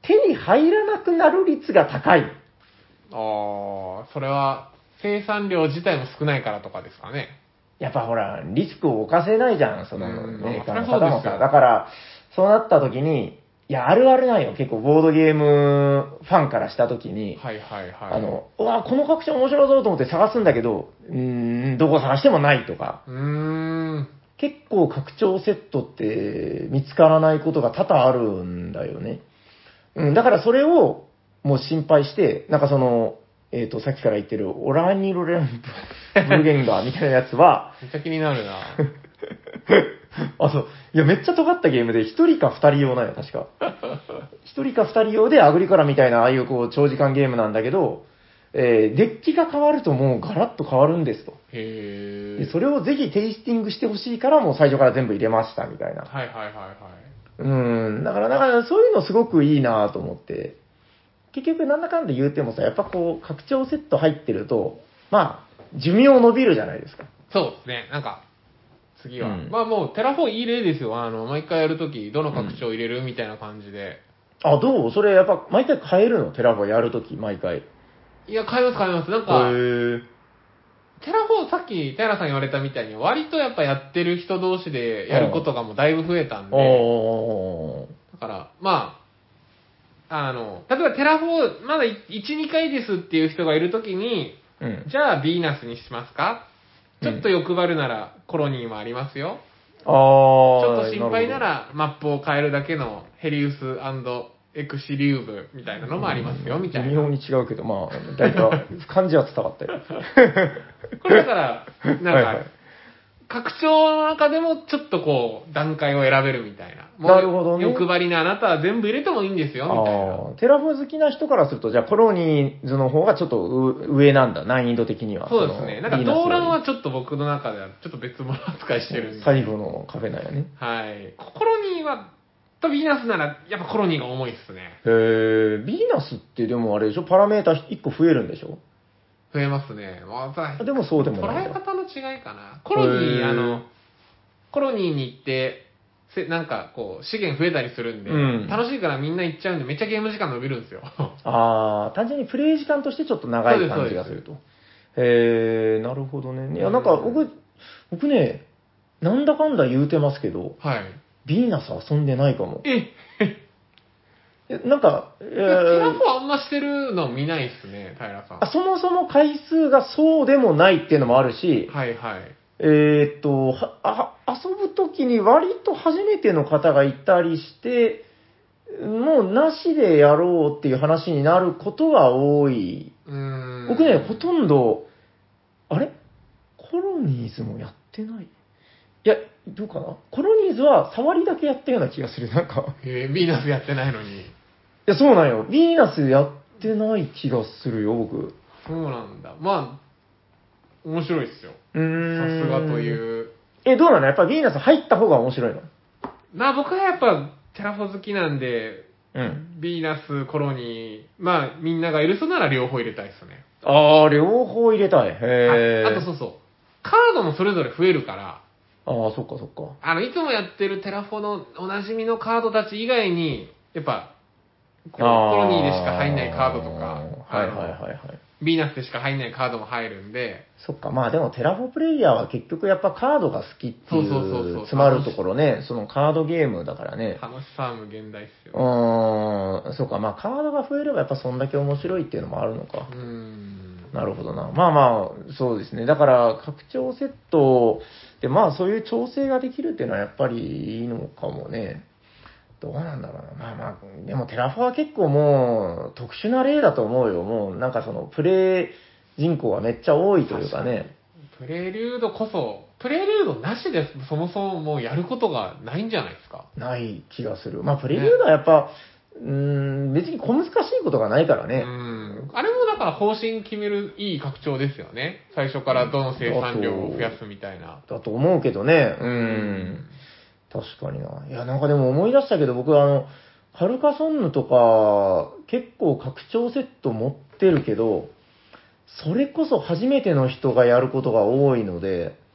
手に入らなくなる率が高い。 それは生産量自体も少ないからとかですかね。 やっぱほら、リスクを犯せないじゃん、そのメーカーの方もさ。 そうですよ。 だから、そうなった時に、いや、あるあるなんよ。結構ボードゲームファンからした時に、 はいはいはい。 うわ、この拡張面白そうと思って探すんだけど、どこ探してもないとか。結構拡張セットって見つからないことが多々あるんだよね。だからそれをもう心配して、なんかその、さっきから言ってるオラニロレンプブルゲンガーみたいなやつは、 めっちゃ気になるなそう。いや、めっちゃ尖ったゲームで、一人か二人用なんよ、確か。一人か二人用でアグリコラみたいな、ああいうこう、長時間ゲームなんだけど、デッキが変わるともうガラッと変わるんですと。でそれをぜひテイスティングしてほしいからもう最初から全部入れましたみたいな。 はいはいはいはい。 だからそういうのすごくいいなと思って。結局なんだかんだ言うてもさ、やっぱこう、拡張セット入ってると、まあ、寿命伸びるじゃないですか。 そうですね。なんか、次は。まあもう、テラフォーいい例ですよ。毎回やるとき、どの拡張入れるみたいな感じで。 どうそれやっぱ、毎回変えるのテラフォーやるとき、毎回。 いや、変えます変えます。なんか、テラフォーさっき、平さん言われたみたいに、割とやっぱやってる人同士でやることがもうだいぶ増えたんで。だから、まあ、例えばテラフォー、まだ1、2回ですっていう人がいるときに、じゃあ、ヴィーナスにしますかちょっと欲張るなら、コロニーもありますよ。ちょっと心配なら、マップを変えるだけのヘリウスエクシリウムみたいなのもありますよ、みたいな。 微妙に違うけど、まあ、だいぶ感じは伝わったよ。 これだから、なんか、拡張の中でもちょっとこう、段階を選べるみたいな。 なるほどね。 欲張りなあなたは全部入れてもいいんですよ、みたいな。 テラフォー好きな人からすると、じゃあコロニーズの方がちょっと上なんだ、難易度的には。 そうですね。なんか、動乱はちょっと僕の中ではちょっと別物扱いしてるんで。 最後のカフェなんやね。 はい。コロニーは、とヴィーナスなら、やっぱコロニーが重いっすね。 ヴィーナスってでもあれでしょパラメータ1個増えるんでしょ増えますね。 でもそうでもない。捉え方の違いかな。コロニーに行って、なんかこう、資源増えたりするんで、楽しいからみんな行っちゃうんで、めっちゃゲーム時間伸びるんですよ。 単純にプレイ時間としてちょっと長い感じがすると。なるほどね。いや、なんか僕ね、なんだかんだ言うてますけど、 はい。 ヴィーナス遊んでないかも。なんか、 テラフォーあんましてるの見ないっすね、平さん。 そもそも回数がそうでもないっていうのもあるし、 はいはい。 遊ぶときに割と初めての方がいたりして、もうなしでやろうっていう話になることが多い。僕ね、ほとんど、あれコロニーズもやってないいや、どうかなコロニーズは触りだけやったような気がする、なんか。 ヴィーナスやってないのに。 いや、そうなんよ。ヴィーナスやってない気がするよ、僕。 そうなんだ。まあ、面白いっすよ。さすがという。 どうなのやっぱヴィーナス入った方が面白いのまあ僕はやっぱテラフォー好きなんで、ヴィーナス、コロニー、まあみんながいる人なら両方入れたいっすね。 両方入れたい。 あとそうそう。カードもそれぞれ増えるから。 そっかそっか。 いつもやってるテラフォのおなじみのカードたち以外に、やっぱ、コロニーでしか入んないカードとか、ヴィーナスでしか入んないカードも入るんで。 そっか、まあでもテラフォプレイヤーは結局やっぱカードが好きっていう詰まるところね、そのカードゲームだからね。 楽しさは無限大っすよ。 そうか、まあカードが増えればやっぱそんだけ面白いっていうのもあるのか。なるほどな。まあまあ、そうですね。だから拡張セットでまあそういう調整ができるっていうのはやっぱりいいのかもね。どうなんだろうな。まあまあ、でもテラフォは結構もう特殊な例だと思うよ。もうなんかそのプレイ人口がめっちゃ多いというかね。 プレリュードこそ、プレリュードなしでそもそももうやることがないんじゃないですか。 ない気がする。まあプレリュードはやっぱ、別に小難しいことがないからね。 あれもだから方針決めるいい拡張ですよね。最初からどの生産量を増やすみたいな。 だと思うけどね。確かにな。いや、なんかでも思い出したけど、僕カルカソンヌとか、結構拡張セット持ってるけど、それこそ初めての人がやることが多いので、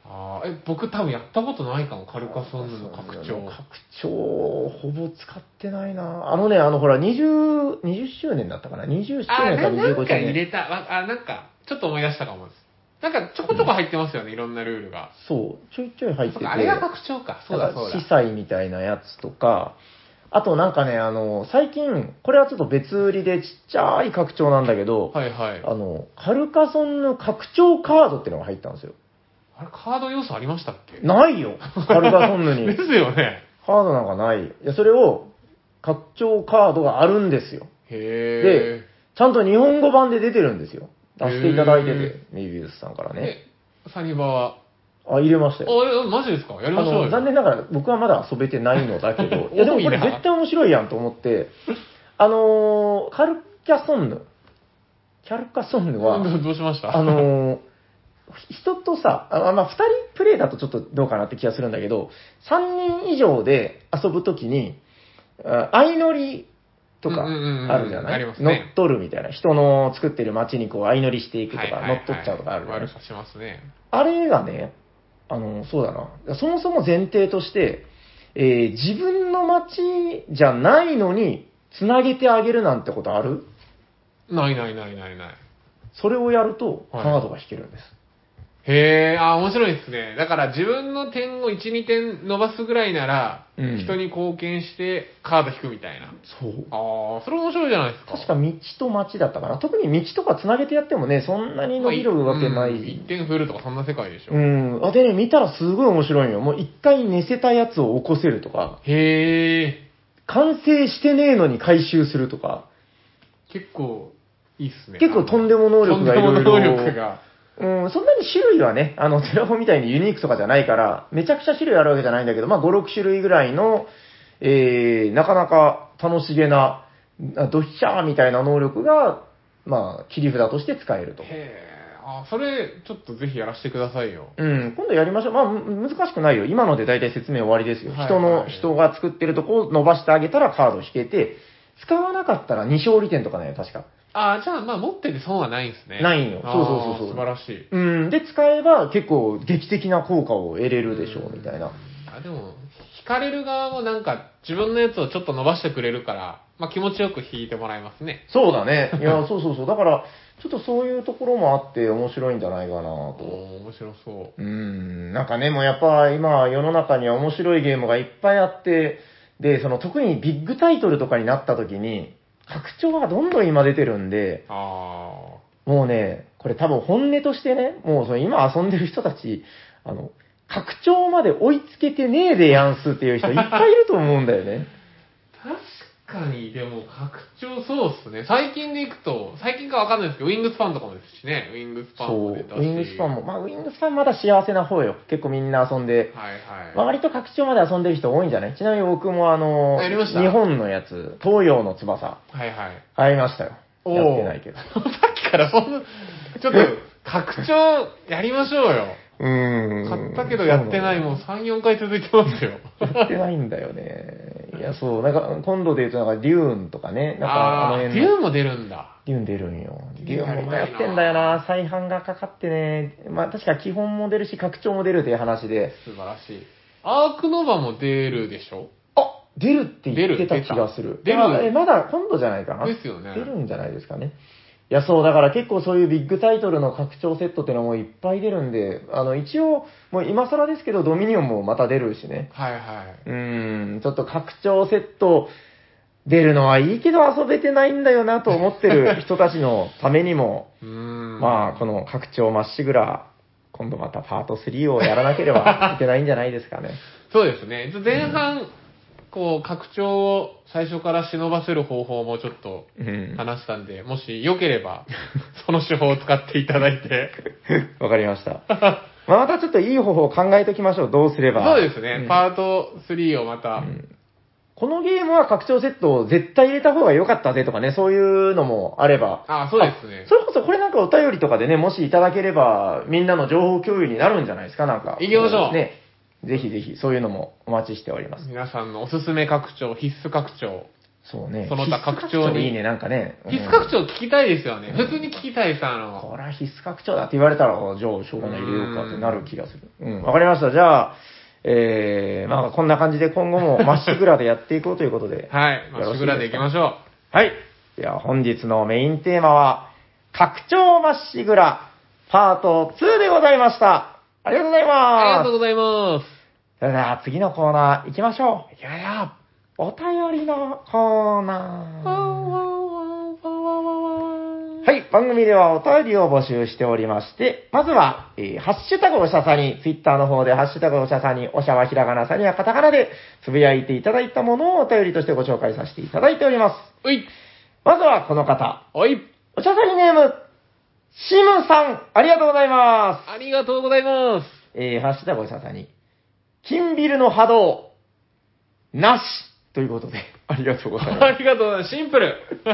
僕多分やったことないかも、カルカソンヌの拡張。 拡張、ほぼ使ってないな。ほら、20周年だったかな ?20 周年か25周年。 なんか入れた。なんか、ちょっと思い出したかもです。なんか、ちょこちょこ入ってますよね、いろんなルールが。 そう、ちょいちょい入ってて。 あれが拡張か。そうだ。 司祭みたいなやつとか、あとなんかね、最近、これはちょっと別売りでちっちゃい拡張なんだけど、 はいはい。 カルカソンの拡張カードってのが入ったんですよ。 あれ、カード要素ありましたっけ？ ないよ、カルカソンヌに。 ですよね。 カードなんかない。いや、それを、拡張カードがあるんですよ。 へで、ちゃんと日本語版で出てるんですよ。出していただいてて、メイビウスさんからね。 サニバは入れましたよ。 マジですか？やりましょうよ。 残念ながら僕はまだ遊べてないのだけど、いやでもこれ絶対面白いやんと思って、カルカソンヌは、 どうしました？ 人とさ、2人プレイだとちょっとどうかなって気がするんだけど、3人以上で遊ぶときに、相乗りとかあるじゃない？ ありますね。 乗っ取るみたいな。人の作ってる街にこう相乗りしていくとか、乗っ取っちゃうとかあるじゃない？ 悪さしますね。 あれがね、そうだな。そもそも前提として、自分の街じゃないのに、つなげてあげるなんてことある？ ない。 それをやると、カードが引けるんです。 へえ、面白いですね。だから自分の点を1、2点伸ばすぐらいなら、人に貢献してカード引くみたいな。 そう。 それ面白いじゃないですか。 確か道と街だったかな。特に道とか繋げてやってもね、そんなに伸びるわけない。 1点増えるとかそんな世界でしょ。 でね、見たらすごい面白いよ。もう一回寝せたやつを起こせるとか。 へえ。 完成してねえのに回収するとか。 結構いいっすね。 結構とんでも能力がいろいろ。 とんでも能力が。 そんなに種類はね、テラフォみたいにユニークとかじゃないから、めちゃくちゃ種類あるわけじゃないんだけど、まあ、5、6種類ぐらいの、なかなか楽しげな、ドッヒャーみたいな能力が、まあ、切り札として使えると。 それ、ちょっとぜひやらせてくださいよ。 今度やりましょう。まあ、難しくないよ。今ので大体説明終わりですよ。人が作ってるとこを伸ばしてあげたらカード引けて、使わなかったら2勝利点とかね、確か。 じゃあまあ持ってて損はないんですね。 ないんよ。そう。 素晴らしい。 で、使えば結構劇的な効果を得れるでしょう、みたいな。 でも、引かれる側もなんか自分のやつをちょっと伸ばしてくれるから、まあ気持ちよく引いてもらえますね。 そうだね。いや、そう。だから、ちょっとそういうところもあって面白いんじゃないかなと。 面白そう。 なんかね、もうやっぱ今世の中には面白いゲームがいっぱいあって、で、特にビッグタイトルとかになった時に、拡張がどんどん今出てるんで、もうね、これ多分本音としてね、もう今遊んでる人たち、拡張まで追いつけてねえでやんすっていう人いっぱいいると思うんだよね。 確かに、でも拡張そうっすね。最近でいくと、最近かわかんないですけど、ウィングスパンとかもですしね、ウィングスパンも出たし。 ウィングスパンも、まあウィングスパンまだ幸せな方よ。結構みんな遊んで。まあ割と拡張まで遊んでる人多いんじゃない？ちなみに僕もやりました？ 日本のやつ、東洋の翼。入りましたよ。やってないけど。 さっきからそんな、ちょっと、拡張やりましょうよ。買ったけどやってない、もう3、4回続いてますよ。 やってないんだよね。いや、そう、なんか、今度で言うと、なんか、デューンとかね。なんかデューンも出るんだ。 デューン出るんよ。デューンも迷ってんだよな。再販がかかってね。まあ、確か基本も出るし、拡張も出るという話で。 素晴らしい。アークノバも出るでしょ？ 出るって言ってた気がする。まだ今度じゃないかな。 ですよね。 出るんじゃないですかね。いや、そう、だから結構そういうビッグタイトルの拡張セットっていうのもいっぱい出るんで、一応、もう今更ですけど、ドミニオンもまた出るしね。ちょっと拡張セット出るのはいいけど遊べてないんだよなと思ってる人たちのためにも、まあ、この拡張まっしぐら、今度またパート3をやらなければいけないんじゃないですかね。 そうですね。前半、拡張を最初から忍ばせる方法もちょっと話したんで、もしよければ、その手法を使っていただいて。 わかりました。またちょっといい方法を考えておきましょう。どうすれば。 そうですね。パート3をまた、 このゲームは拡張セットを絶対入れた方が良かったぜとかね、そういうのもあれば。 そうですね。 それこそこれなんかお便りとかでね、もしいただければ、みんなの情報共有になるんじゃないですか、なんか。 行きましょう。 ね。ぜひぜひ、そういうのもお待ちしております。 皆さんのおすすめ拡張、必須拡張。 そうね。 その他拡張に。 いいね、なんかね。 必須拡張聞きたいですよね。普通に聞きたいさ、 これは必須拡張だって言われたら、じゃあ、しょうがない入れようかってなる気がする。わかりました。じゃあ、まあこんな感じで今後もまっしぐらでやっていこうということで。 はい、まっしぐらでいきましょう。 はい。では本日のメインテーマは、拡張まっしぐら、パート2でございました。ありがとうございます。 ありがとうございます。 それでは次のコーナー行きましょう。 いきましょう。 お便りのコーナー。はい、番組ではお便りを募集しておりまして、まずは、ハッシュタグおしゃさに、ツイッターの方でハッシュタグおしゃさに、おしゃはひらがなさにはカタカナでつぶやいていただいたものをお便りとしてご紹介させていただいております。 うい。 まずはこの方。 おい。 おしゃさにネーム、シムさん、ありがとうございます。 ありがとうございます。 ハッシュタグおしゃさに、金ビルの波動、なしということで、ありがとうございます。 ありがとうございます。シンプル。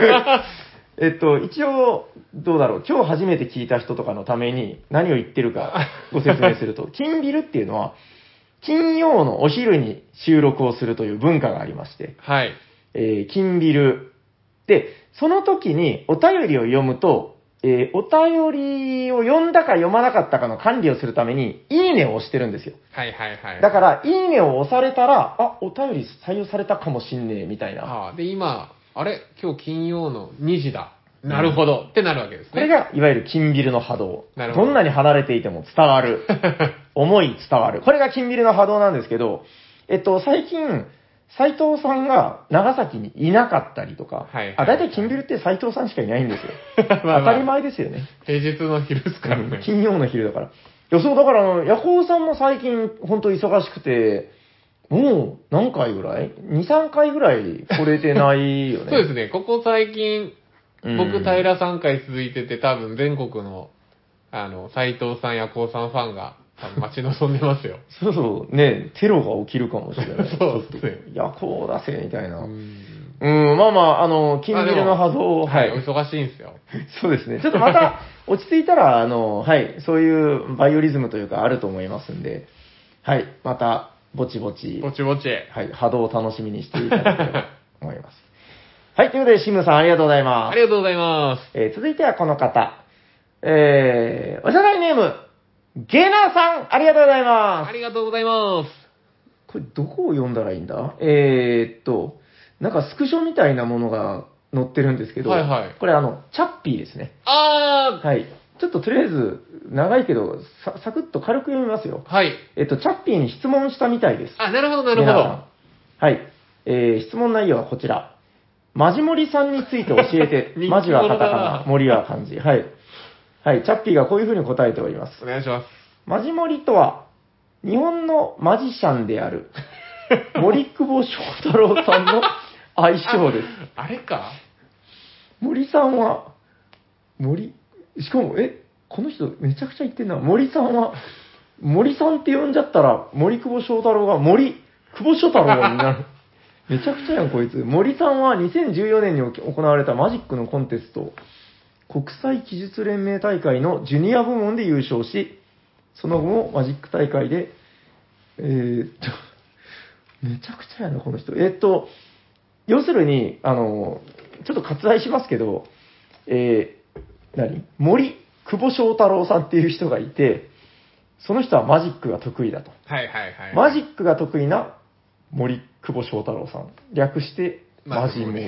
一応、どうだろう、今日初めて聞いた人とかのために何を言ってるかご説明すると、金ビルっていうのは、金曜のお昼に収録をするという文化がありまして、 はい。 金ビル。で、その時にお便りを読むと、お便りを読んだか読まなかったかの管理をするために、いいねを押してるんですよ。 はいはいはい。 だから、いいねを押されたら、あ、お便り採用されたかもしんねえ、みたいな。 で、今、あれ今日金曜の2時だ。なるほど。ってなるわけですね。 これが、いわゆる金ビルの波動。 なるほど。 どんなに離れていても伝わる。思い伝わる。これが金ビルの波動なんですけど、最近、斉藤さんが長崎にいなかったりとか、 はいはいはい、 だいたい金ビルって斉藤さんしかいないんですよ。 まあ当たり前ですよね。 平日の昼ですからね。 金曜の昼だから。いや、そう、だからヤコウさんも最近、ほんと忙しくて、もう何回ぐらい ?2、3回ぐらい来れてないよね。 そうですね。ここ最近、僕、平3回続いてて、多分全国の、斉藤さん、ヤコウさんファンが、多分待ち望んでますよ。 そうそう、ね、テロが起きるかもしれない。 そうですね。 ヤコウ出せ、みたいな。まあまあ、金ビルの波動、 はい、お忙しいんですよ。 そうですね。ちょっとまた、落ち着いたら、はい、そういうバイオリズムというかあると思いますんで、はい、また、ぼちぼち。 ぼちぼち。 はい、波動を楽しみにしていただければと思います。はい、ということで、シムさんありがとうございます。 ありがとうございます。 続いてはこの方。おしゃさいネーム、ゲナさん、ありがとうございます。 ありがとうございます。 これ、どこを読んだらいいんだなんかスクショみたいなものが載ってるんですけど、 はいはい。 これチャッピーですね。 はい。 ちょっととりあえず、長いけど、サクッと軽く読みますよ。 はい。 チャッピーに質問したみたいです。 なるほど、なるほど。 はい。質問内容はこちら。マジモリさんについて教えて、マジはカタカナ、モリは漢字。はい。はい、チャッピーがこういうふうに答えております。 お願いします。 マジモリとは、日本のマジシャンである、森久保祥太郎さんの愛称です。 あれか森さんは、しかも、この人めちゃくちゃ言ってんな。森さんは、森さんって呼んじゃったら、森久保祥太郎が久保祥太郎になる。めちゃくちゃやん、こいつ。森さんは2014年に行われたマジックのコンテスト、国際技術連盟大会のジュニア部門で優勝し、その後もマジック大会で、めちゃくちゃやな、この人。要するに、ちょっと割愛しますけど、森久保祥太郎さんっていう人がいて、その人はマジックが得意だと。 はいはいはい。 マジックが得意な森久保祥太郎さん。略して、マジモリ。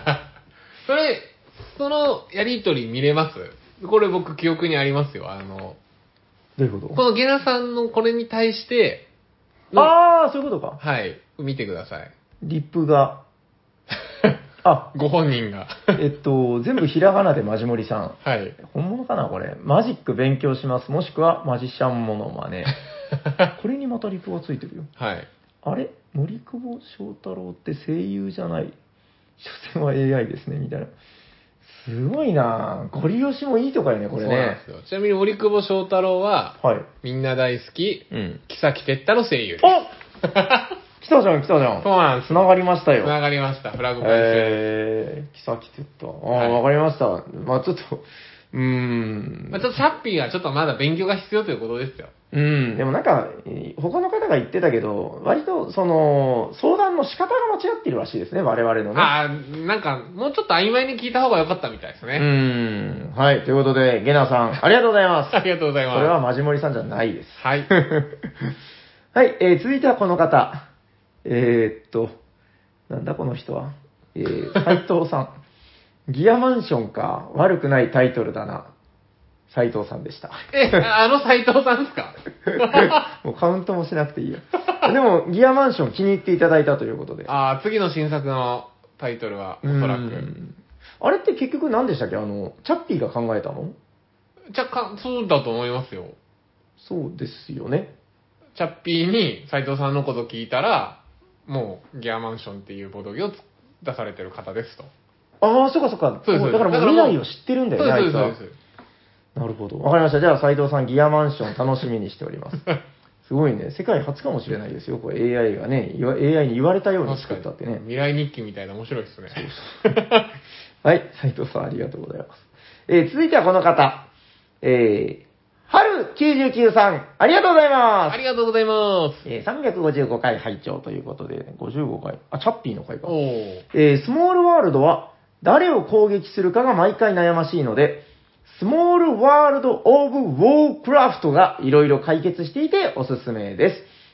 そのやりとり見れますこれ僕記憶にありますよ。 どういうことこのゲナさんのこれに対して、 そういうことか。 はい。見てください。 リップが。 ご本人が。 全部ひらがなでマジモリさん。 はい。 本物かなこれ。マジック勉強します。もしくはマジシャンモノマネ。これにまたリップがついてるよ。 はい。 あれ森久保祥太郎って声優じゃない。所詮は AI ですね。みたいな。すごいなぁ。ゴリ押しもいいとかよね、これね。そうなんですよ。 ちなみに森久保祥太郎は、 はい。 みんな大好き、木崎哲太の声優です。 来たじゃん。 そうなんです。 繋がりましたよ。 繋がりました。フラグ回収。 木崎哲太。わかりました。まあちょっと、 まあ、ちょっとシャッピーはちょっとまだ勉強が必要ということですよ。 でもなんか、他の方が言ってたけど、割と、その、相談の仕方が間違ってるらしいですね、我々のね。 なんか、もうちょっと曖昧に聞いた方が良かったみたいですね。 はい、ということで、ゲナさん、ありがとうございます。 ありがとうございます。 それはマジモリさんじゃないです。 はい。 はい、続いてはこの方。なんだこの人は。斉藤さん。ギアマンションか、悪くないタイトルだな。斉藤さんでした。 あの斉藤さんですか？ もうカウントもしなくていいよ。でも、ギアマンション気に入っていただいたということで。 次の新作のタイトルは、おそらく。 あれって結局何でしたっけ？チャッピーが考えたの？ そうだと思いますよ。 そうですよね。 チャッピーに斉藤さんのこと聞いたら、もうギアマンションっていうボドゲを出されてる方ですと。 ああ、そうかそうか。 そうです。 だからもう未来を知ってるんだよね、あいつは。 そうです。 なるほど。わかりました。じゃあ、斉藤さん、ギアマンション楽しみにしております。すごいね。世界初かもしれないですよ。これ AI がね、AI に言われたように作ったってね。 未来日記みたいな面白いですね。 そうそう。はい、斉藤さんありがとうございます。続いてはこの方。春99さん、ありがとうございます。 ありがとうございます。 355回拝聴ということで、55回。チャッピーの回か。 ススモールワールドは、誰を攻撃するかが毎回悩ましいので、スモールワールドオブウォークラフトがいろいろ解決していておすすめです。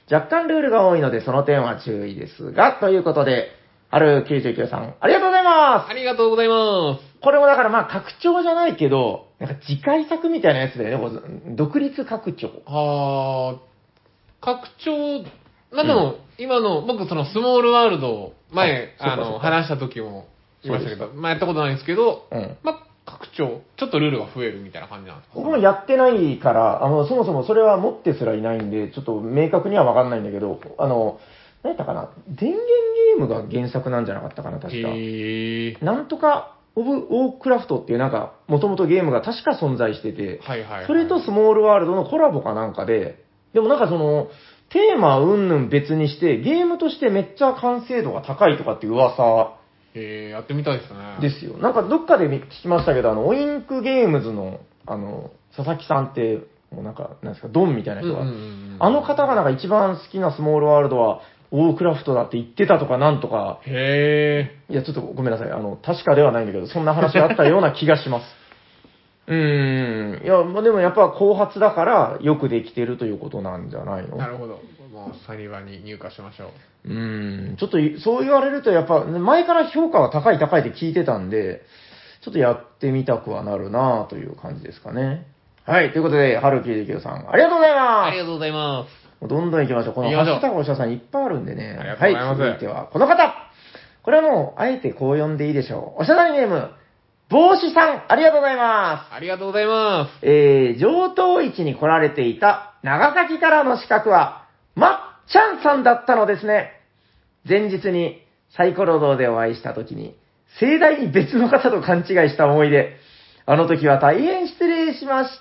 若干ルールが多いのでその点は注意ですが、ということで、春99さん、ありがとうございます。 ありがとうございます。 これもだからまあ拡張じゃないけど、なんか次回作みたいなやつだよね。独立拡張。 拡張、まあでも、今の、僕そのスモールワールドを前、話した時も言いましたけど、まあやったことないんですけど、まあ拡張、ちょっとルールが増えるみたいな感じなんですか？ 僕もやってないから、そもそもそれは持ってすらいないんで、ちょっと明確にはわかんないんだけど、何やったかな、電源ゲームが原作なんじゃなかったかな、確か。なんとか、オブ・ウォークラフトっていうなんか、もともとゲームが確か存在してて、それとスモールワールドのコラボかなんかで、でもなんかその、テーマうんぬん別にして、ゲームとしてめっちゃ完成度が高いとかっていう噂、 やってみたいですね。 ですよ。なんかどっかで聞きましたけど、オインクゲームズの、佐々木さんって、もうなんか、なんですか、ドンみたいな人が、あの方がなんか一番好きなスモールワールドは、ウォークラフトだって言ってたとかなんとか、いや、ちょっとごめんなさい。確かではないんだけど、そんな話があったような気がします。いや、まあ、でもやっぱ後発だからよくできてるということなんじゃないの？ なるほど。もうサニバに入荷しましょう。 ちょっとそう言われるとやっぱ前から評価は高い高いって聞いてたんで、ちょっとやってみたくはなるなぁという感じですかね。はい、ということで、春99さん、ありがとうございます。 ありがとうございます。 どんどん行きましょう。このハッシュタグおしゃさんいっぱいあるんでね。 ありがとうございます。 はい、続いてはこの方。これはもう、あえてこう呼んでいいでしょう。おしゃさんネーム、帽子さん、ありがとうございます。 ありがとうございます。 上等市に来られていた長崎からの資格は、まっちゃんさんだったのですね。前日にサイコロ堂でお会いした時に、盛大に別の方と勘違いした思い出。あの時は大変失礼しました。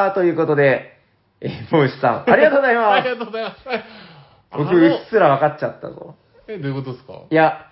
ということで、帽子さん、ありがとうございます。 ありがとうございます。 僕、うっすら分かっちゃったぞ。 どういうことですか？ いや、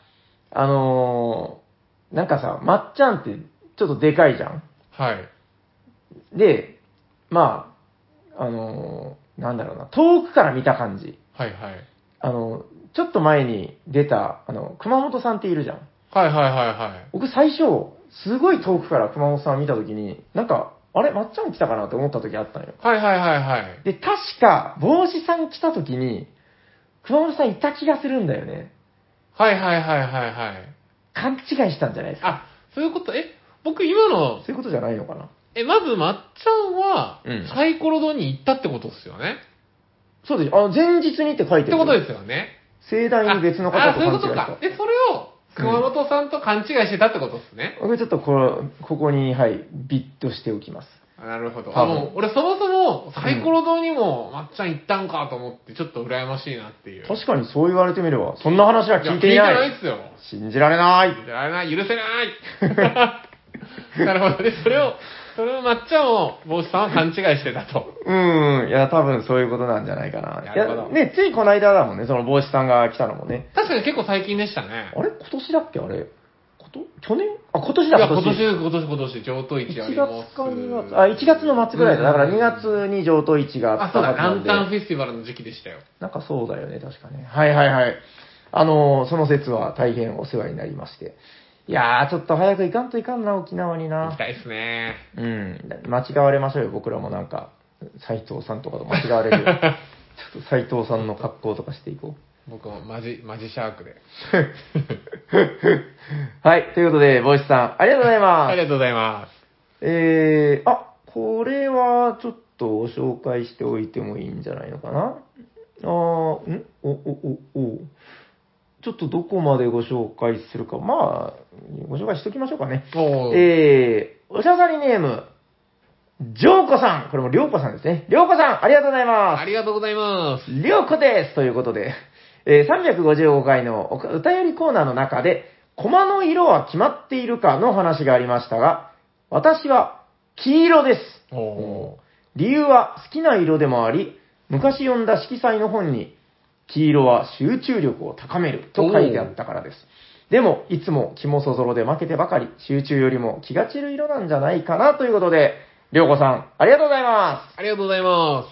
なんかさ、まっちゃんってちょっとでかいじゃん。 はい。 で、まあ、なんだろうな、遠くから見た感じ。 はいはい。 ちょっと前に出た、熊本さんっているじゃん。 はいはいはいはい。 僕最初、すごい遠くから熊本さん見たときに、なんか、あれまっちゃん来たかなって思ったときあったのよ。 はいはいはいはい。 で、確か、帽子さん来たときに、熊本さんいた気がするんだよね。 はいはいはいはいはい。 勘違いしたんじゃないですか。 あ、そういうこと、僕今の、 そういうことじゃないのかな。 まずまっちゃんは、サイコロ堂に行ったってことですよね。 そうです。前日にって書いてる。 ってことですよね。 盛大に別の方と勘違いした。 そういうことか。で、それを、熊本さんと勘違いしてたってことですね。 僕ちょっとここに、はい、ビッとしておきます。 なるほど。もう、俺そもそも、サイコロ堂にも、まっちゃん行ったんかと思って、ちょっと羨ましいなっていう。 確かにそう言われてみれば、そんな話は聞いていない。 聞いてないっすよ。 信じられない。 信じられない。許せない。なるほど。で、それをまっちゃんを、帽子さんは勘違いしてたと。 いや、多分そういうことなんじゃないかな。いや、ね、ついこの間だもんね、その帽子さんが来たのもね。 確かに結構最近でしたね。 あれ今年だっけあれ。今去年今年だ、 いや、今年、上等市あります。 1月か2月。1月の末ぐらいだ。だから2月に上等市があったはずなんで。 ランタンフェスティバルの時期でしたよ。 なんかそうだよね、確かね。はい。その説は大変お世話になりまして。いやー、ちょっと早く行かんといかんな、沖縄にな。 行きたいっすね。 間違われましょうよ、僕らもなんか、斉藤さんとかと間違われるよ。ちょっと斉藤さんの格好とかしていこう。 僕もマジシャークで。 はい、ということで、ボイスさん、ありがとうございます。 ありがとうございます。 これはちょっとご紹介しておいてもいいんじゃないのかな。ちょっとどこまでご紹介するか、まあ、ご紹介しときましょうかね。おしゃさりネーム、ジョーコさん。これもりょうこさんですね。りょうこさん、ありがとうございます。 ありがとうございます。 りょうこです。ということで、355回の歌よりコーナーの中で、コマの色は決まっているかの話がありましたが、私は黄色です。理由は好きな色でもあり、昔読んだ色彩の本に、黄色は集中力を高めると書いてあったからです。でも、いつも気もそぞろで負けてばかり、集中よりも気が散る色なんじゃないかなということで、りょうこさん、ありがとうございます。 ありがとうございます。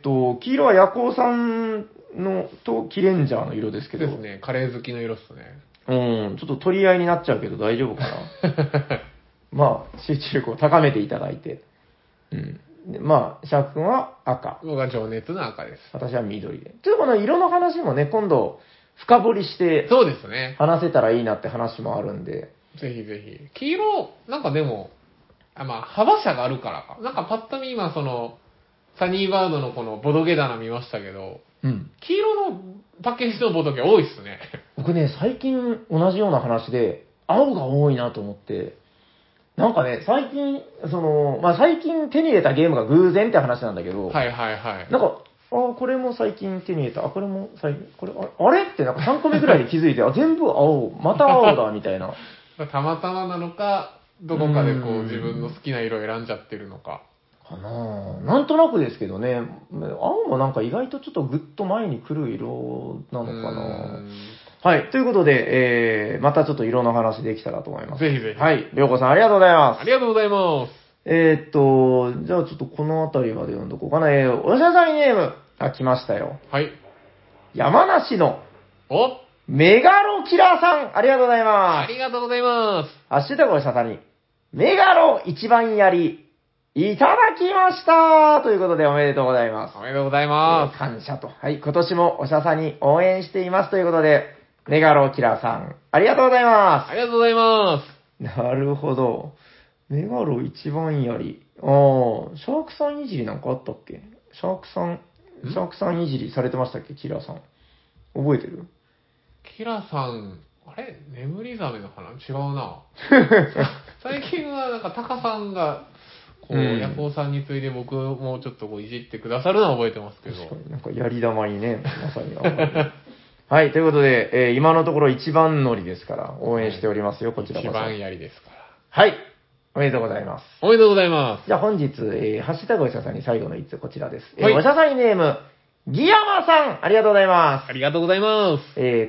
黄色は夜行さんのとキレンジャーの色ですけど。 ですね、カレー好きの色っすね。 ちょっと取り合いになっちゃうけど大丈夫かな。まあ、集中力を高めていただいて。まあ、シャーク君は赤。 僕は情熱の赤です。 私は緑で。ちょっとこの色の話もね、今度、深掘りして、 そうですね。 話せたらいいなって話もあるんで。 ぜひぜひ。黄色、なんかでも、幅差があるからか。なんかパッと見今サニーバードのこのボドゲ棚見ましたけど、黄色のパッケージのボドゲ多いっすね。 僕ね、最近同じような話で、青が多いなと思って、なんかね、最近手に入れたゲームが偶然って話なんだけど、 はい。 なんか、これも最近手に入れた、これも最近、これ、あれってなんか3個目ぐらいで気づいて、全部青、また青だ、みたいな。 たまたまなのか、どこかで自分の好きな色を選んじゃってるのか。 かなぁ。なんとなくですけどね、青もなんか意外とちょっとぐっと前に来る色なのかな。はい。ということで、またちょっと色の話できたらと思います。 ぜひぜひ。 はい。りょうこさんありがとうございます。 ありがとうございます。 じゃあちょっとこの辺りまで読んどこうかな。おしゃさいネーム。来ましたよ。 はい。 山梨の、メガロキラーさん、ありがとうございます。 ありがとうございます。 ハッシュタグおしゃさに、メガロ一番やり、いただきましたということでおめでとうございます。 おめでとうございます。 感謝と。はい。今年もおしゃさに応援していますということで、メガロキラーさん、ありがとうございます。 ありがとうございます。 なるほど。メガロ一番やり。シャークさんいじりなんかあったっけ？シャークさんいじりされてましたっけ、キラーさん。覚えてる？ キラーさん、あれ眠りザメの花違うな。最近はなんかタカさんが、ヤコウさんについで僕もちょっといじってくださるのは覚えてますけど。 確かになんかやり玉にね、まさに。はい、ということで、今のところ一番乗りですから、応援しておりますよ、こちらこそ。 一番やりですから。 はい。おめでとうございます。 おめでとうございます。 じゃあ本日、ハッシュタグおしゃさんに最後の一通こちらです。おしゃさんネーム、ギヤマさん、ありがとうございます。 ありがとうございます。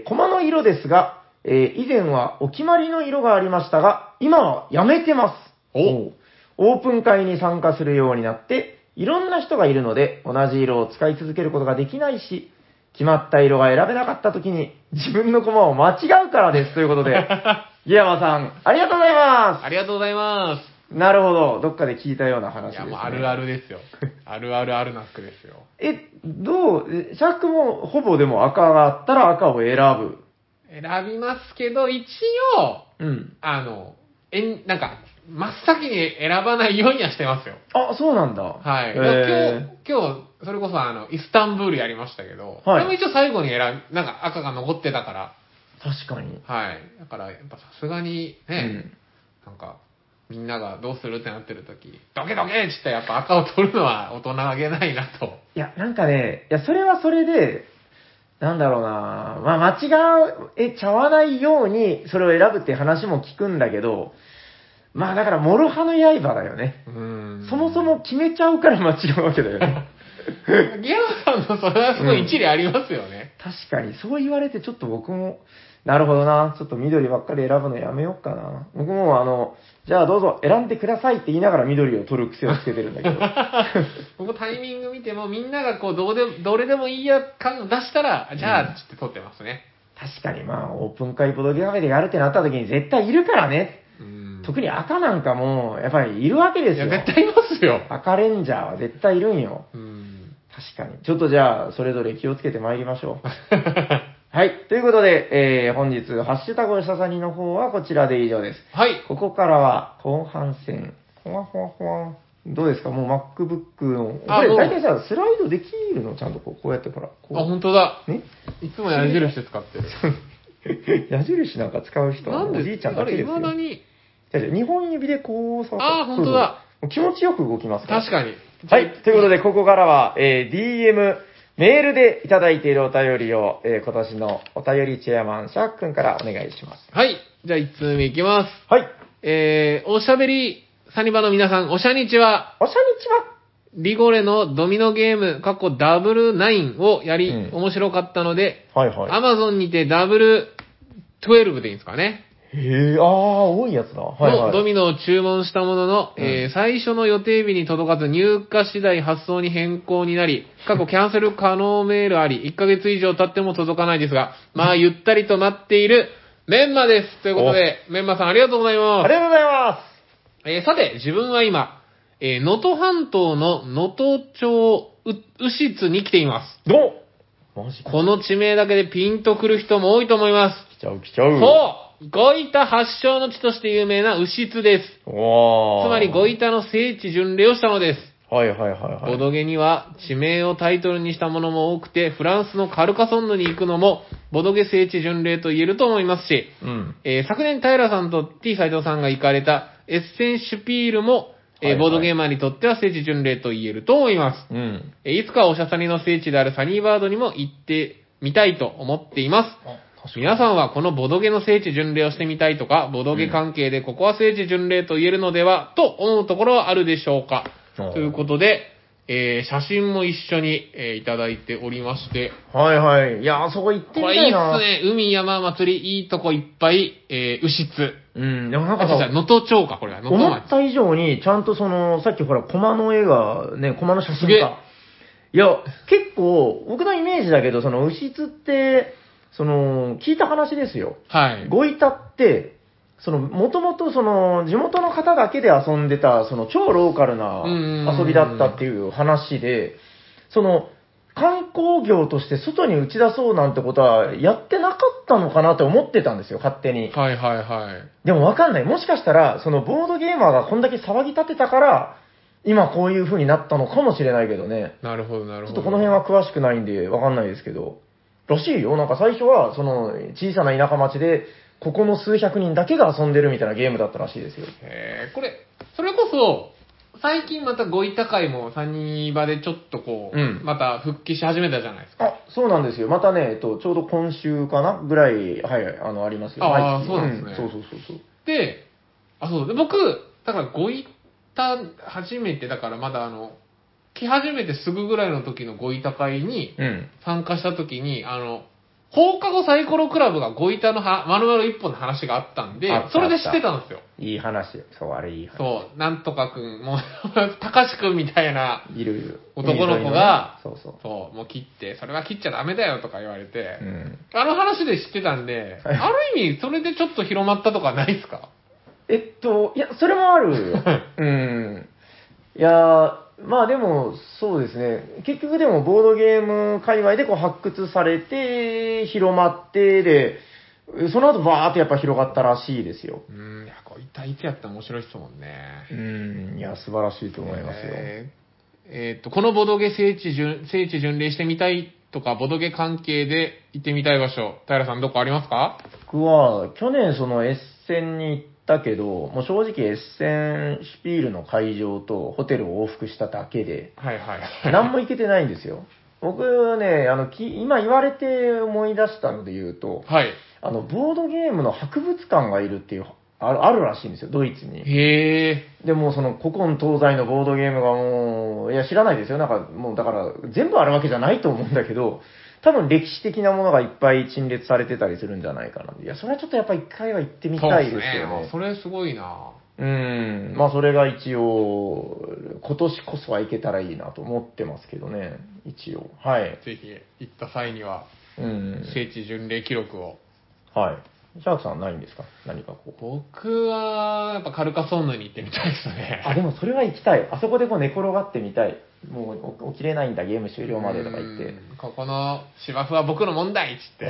コマの色ですが、以前はお決まりの色がありましたが、今はやめてます。オープン会に参加するようになって、いろんな人がいるので、同じ色を使い続けることができないし、決まった色が選べなかった時に、自分のコマを間違うからです。ということで、ギヤマさん、ありがとうございます。 ありがとうございます。 なるほど。どっかで聞いたような話です、ね。 いや、もうあるあるですよ。あるあるあるナックですよ。 シャークもほぼでも赤があったら赤を選ぶ。 選びますけど、一応、なんか、真っ先に選ばないようにはしてますよ。 あ、そうなんだ。 はい。今日、それこそイスタンブールやりましたけど、はい、でも一応最後になんか赤が残ってたから。 確かに。 はい。だから、やっぱさすがにね、なんか、みんながどうするってなってる時、ドケドケって言ってやっぱ赤を取るのは大人げないなと。 いや、なんかね、それはそれで、なんだろうな、まあ間違ちゃわないようにそれを選ぶって話も聞くんだけど、まあだから、諸刃の刃だよね。そもそも決めちゃうから間違うわけだよね。 ギャオさんのそれはすごい一理ありますよね。 確かに、そう言われてちょっと僕も、 なるほどな。ちょっと緑ばっかり選ぶのやめようかな。僕もじゃあどうぞ選んでくださいって言いながら緑を取る癖をつけてるんだけど。 僕タイミング見てもみんながこうどれでもいいや感を出したら、じゃあ、つって取ってますね。 確かにオープン会ボドゲカフェでやるってなった時に絶対いるからね。特に赤なんかも、やっぱりいるわけですよ。 いや、絶対いますよ。 赤レンジャーは絶対いるんよ。確かに。ちょっとじゃあ、それぞれ気をつけて参りましょう。はい。ということで、本日、ハッシュタグおしゃさにの方はこちらで以上です。 はい。 ここからは、後半戦。ほわほわほわ。どうですかもう MacBook の。これ、大体さ、スライドできるのちゃんとこうやってほら。 本当だ。 ねいつも矢印使ってる。 矢印なんか使う人はおじいちゃんだけですよ。 未だに。 2本指でこうさ。 本当だ。 気持ちよく動きますから。 確かに。 はい。ということで、ここからは、DM、メールでいただいているお便りを、今年のお便りチェアマン、シャーク君からお願いします。 はい。じゃあ、1通目いきます。 はい。 おしゃべりサニバの皆さん、おしゃにちは。 おしゃにちは。 リゴレのドミノゲーム、ダブル9をやり、面白かったので、 はいはい。 アマゾンにてダブル12でいいんですかね。 多いやつだ。はいはい。 のドミノを注文したものの、最初の予定日に届かず入荷次第発送に変更になり、キャンセル可能メールあり、1ヶ月以上経っても届かないですが、ゆったりと待っているメンマです。ということで、メンマさんありがとうございます。 ありがとうございます。 さて、自分は今、能登半島の能登町牛津に来ています。 マジか。 この地名だけでピンとくる人も多いと思います。 来ちゃう。 そうゴイタ発祥の地として有名な牛津です。つまりゴイタの聖地巡礼をしたのです。 はい。 ボドゲには地名をタイトルにしたものも多くて、フランスのカルカソンヌに行くのもボドゲ聖地巡礼と言えると思いますし、昨年平さんと T 斎藤さんが行かれたエッセンシュピールも、ボードゲーマーにとっては聖地巡礼と言えると思います。いつかおしゃさにの聖地であるサニーバードにも行ってみたいと思っています。皆さんはこのボドゲの聖地巡礼をしてみたいとか、ボドゲ関係でここは聖地巡礼と言えるのでは、と思うところはあるでしょうか。ということで、写真も一緒に、いただいておりまして。 はい。いやー、そこ行ってみたいな。 これいいっすね。海、山、祭り、いいとこいっぱい、牛津。 でもなんかさ、 能登町か、これは。 思った以上に、ちゃんとさっきほら、駒の絵が、ね、駒の写真か。いや、結構、僕のイメージだけど、牛津って、聞いた話ですよ。 はい。 ゴイタって、もともと地元の方だけで遊んでた、超ローカルな遊びだったっていう話で、観光業として外に打ち出そうなんてことはやってなかったのかなって思ってたんですよ、勝手に。 はい。 でもわかんない。もしかしたら、ボードゲーマーがこんだけ騒ぎ立てたから、今こういう風になったのかもしれないけどね。 なるほど。 ちょっとこの辺は詳しくないんでわかんないですけど。らしいよ。なんか最初は、小さな田舎町で、ここの数百人だけが遊んでるみたいなゲームだったらしいですよ。 これ、それこそ、最近またゴイタ会もサニバでちょっとまた復帰し始めたじゃないですか。 そうなんですよ。またね、ちょうど今週かなぐらい、はい、ありますよ。 そうなんですね。 そう。 で、僕、だからゴイタ初めて、だからまだ来始めてすぐぐらいの時のゴイタ会に参加した時に、放課後サイコロクラブがゴイタの丸々一本の話があったんで、それで知ってたんですよ。 いい話。そう、あれいい話。 そう、なんとかくん、もう、たかしくんみたいな、 いる。 男の子が、 そう。 もう切って、それは切っちゃダメだよとか言われて、あの話で知ってたんで、ある意味、それでちょっと広まったとかないですか？ いや、それもあるよ。いやまあでも、そうですね。結局でも、ボードゲーム界隈で発掘されて、広まって、で、その後バーってやっぱ広がったらしいですよ。 いや、こういったいつやったら面白いですもんね。 いや、素晴らしいと思いますよ。このボドゲ聖地巡礼してみたいとか、ボドゲ関係で行ってみたい場所、平さんどこありますか？ 僕は、去年エッセンに行ったけど、もう正直エッセンシュピールの会場とホテルを往復しただけで、何も行けてないんですよ。僕ね、今言われて思い出したので言うと、ボードゲームの博物館がいるっていう、あるらしいんですよ、ドイツに。でも古今東西のボードゲームがもう、いや知らないですよ。なんかもうだから全部あるわけじゃないと思うんだけど、 多分歴史的なものがいっぱい陳列されてたりするんじゃないかな。いや、それはちょっとやっぱ一回は行ってみたいですよね。 それすごいな。 まあそれが一応、今年こそは行けたらいいなと思ってますけどね、一応。はい。 ぜひ行った際には、聖地巡礼記録を。 はい。シャークさんはないんですか？何かこう。 僕は、やっぱカルカソンヌに行ってみたいですね。 あ、でもそれは行きたい。あそこでこう寝転がってみたい。もう起きれないんだ、ゲーム終了までとか言って。 ここの芝生は僕の問題っつって。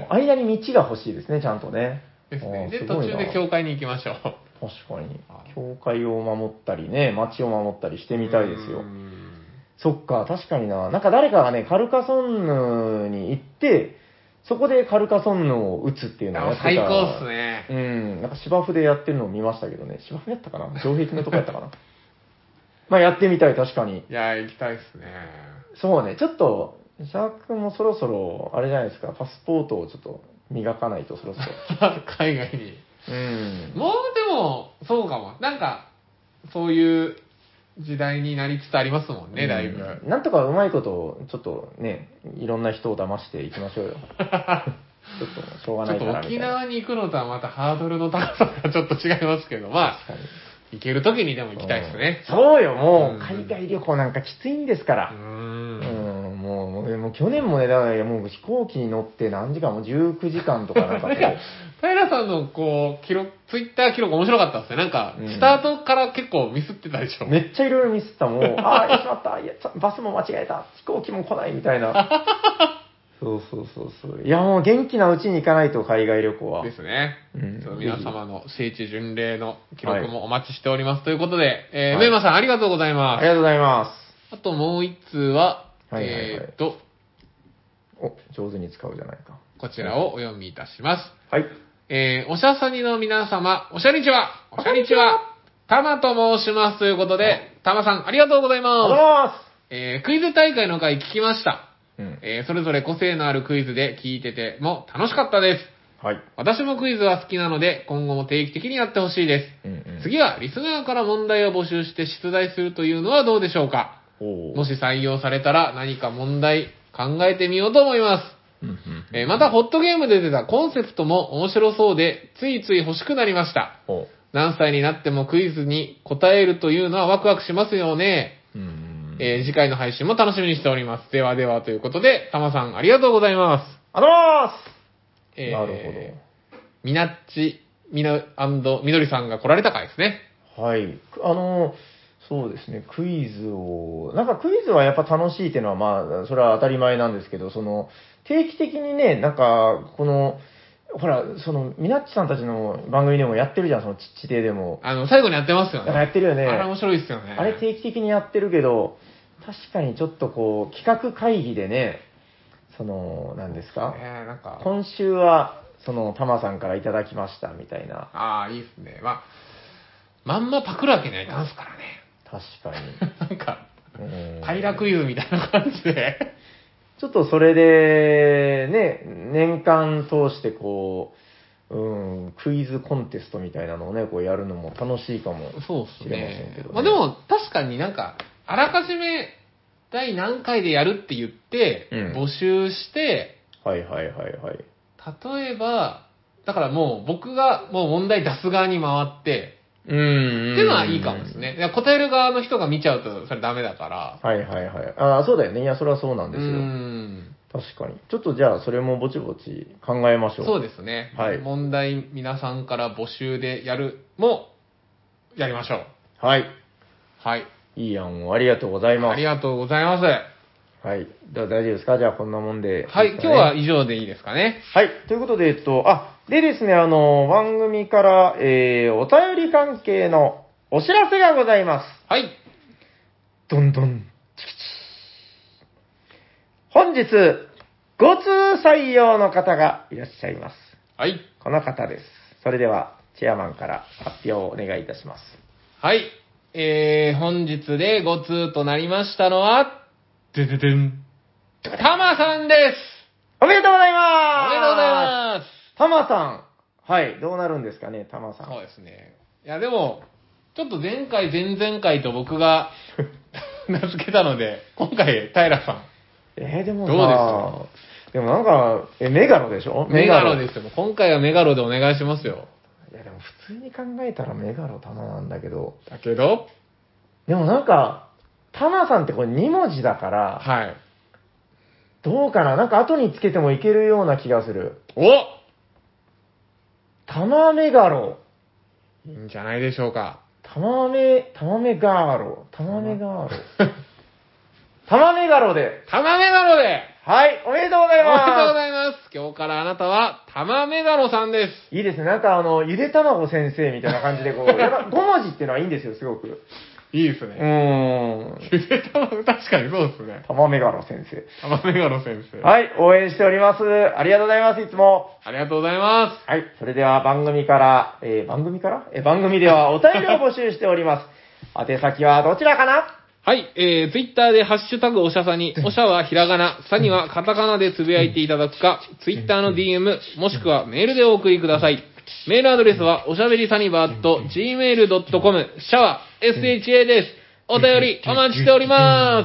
間に道が欲しいですね、ちゃんとね。 ですね。で、途中で教会に行きましょう。 確かに。教会を守ったりね、街を守ったりしてみたいですよ。そっか、確かにな。なんか誰かがね、カルカソンヌに行って、そこでカルカソンヌを撃つっていうのをやってた。 最高っすね。 なんか芝生でやってるのを見ましたけどね。芝生やったかな？城壁のとこやったかな？まあやってみたい、確かに。 いや、行きたいっすね。 そうね、ちょっと、シャークもそろそろ、あれじゃないですか、パスポートをちょっと磨かないと、そろそろ。 海外に。もうでも、そうかも。なんか、そういう時代になりつつありますもんね、だいぶ。 なんとかうまいことを、ちょっとね、いろんな人を騙していきましょうよ。ちょっとしょうがないからみたいな。 沖縄に行くのとはまたハードルの高さがちょっと違いますけど、まあ、行ける時にでも行きたいですね。 そうよ、もう、海外旅行なんかきついんですから。もう去年もね、だからもう飛行機に乗って何時間も19時間とかなんかこう。 平さんのこう、記録、ツイッター記録面白かったですね。なんか、スタートから結構ミスってたでしょ。 めっちゃいろいろミスった。もう、ああ、しまった。いや、バスも間違えた。飛行機も来ないみたいな。そう。いや、もう元気なうちに行かないと、海外旅行は。 ですね。皆様の聖地巡礼の記録もお待ちしております。ということで、メーマさんありがとうございます。 ありがとうございます。 あともう一通は、 上手に使うじゃないか。 こちらをお読みいたします。 はい。 おしゃさにの皆様、おしゃにちは。おしゃにちは。たまと申しますということで、たまさんありがとうございます。 ありがとうございます。 クイズ大会の回聞きました。それぞれ個性のあるクイズで聞いてても楽しかったです。 はい。 私もクイズは好きなので、今後も定期的にやってほしいです。次はリスナーから問題を募集して出題するというのはどうでしょうか。もし採用されたら何か問題考えてみようと思います。また、ホットゲームで出たコンセプトも面白そうで、ついつい欲しくなりました。何歳になってもクイズに答えるというのはワクワクしますよね。次回の配信も楽しみにしております。ではではということで、たまさんありがとうございます。 ありがとうございます。なるほど。 みなっち、みどりさんが来られた回ですね。 はい。そうですね、クイズを、なんかクイズはやっぱ楽しいっていうのはまあ、それは当たり前なんですけど、定期的にね、なんか、ほら、みなっちさんたちの番組でもやってるじゃん、ちっち亭でも。 最後にやってますよね。 やってるよね。 あれ面白いですよね。 あれ定期的にやってるけど、確かにちょっとこう、企画会議でね、何ですか、 なんか今週は、タマさんからいただきました、みたいな。 ああ、いいですね。まんまパクるわけにはいかんすからね。 確かに。 なんか、平クイズみたいな感じで。 ちょっとそれで、ね、年間通してこう、クイズコンテストみたいなのをね、こうやるのも楽しいかもしれませんけど、ね。 まあでも、確かになんか、あらかじめ第何回でやるって言って、募集して、 はい。 例えば、だからもう僕がもう問題出す側に回って、っていうのはいいかもですね。答える側の人が見ちゃうとそれダメだから。 はい。ああ、そうだよね。いや、それはそうなんですよ。確かに。ちょっとじゃあ、それもぼちぼち考えましょう。 そうですね。 はい。 問題皆さんから募集でやるも、やりましょう。 はい。 はい。 いい案をありがとうございます。 ありがとうございます。 はい。大丈夫ですか？じゃあこんなもんで、 はい、今日は以上でいいですかね。 はい。ということで、でですね、番組から、お便り関係のお知らせがございます。 はい。 どんどん、チキチ。本日、5通採用の方がいらっしゃいます。 はい。 この方です。それでは、チェアマンから発表をお願いいたします。 はい。本日で5通となりましたのは、でででん。たまさんです。 おめでとうございます。 おめでとうございます。 たまさん。はい。どうなるんですかね、たまさん。 そうですね。いや、でも、ちょっと前回、前々回と僕が名付けたので、今回、平さん。 でもどうでもなんか、メガロでしょ？ メガロですよ。今回はメガロでお願いしますよ。 いやでも普通に考えたらメガロタナなんだけど。 だけどでもなんか、タナさんってこれ2文字だから、 はい。 どうかな、なんか後につけてもいけるような気がする。 おタマメガロ。 いいんじゃないでしょうか。 タマメガーロ。タマメガーロ。タマメガロで。 タマメガロではい、おめでとうございます。 おめでとうございます。今日からあなたはタマメガロさんです。 いいですね。なんかゆで卵先生みたいな感じで、こう、やっぱ5文字っていうのはいいんですよ、すごく。 いいですね。ゆで卵、確かにそうですね。 タマメガロ先生。 タマメガロ先生。 はい、応援しております。ありがとうございます、いつも。 ありがとうございます。 はい、それでは番組ではお便りを募集しております。宛先はどちらかな？ はい、ツイッターでハッシュタグおしゃさに、おしゃはひらがな、さにはカタカナでつぶやいていただくか、ツイッターの DM、もしくはメールでお送りください。メールアドレスは、おしゃべりサニバー.gmail.com、シャワー、SHA です。お便りお待ちしております。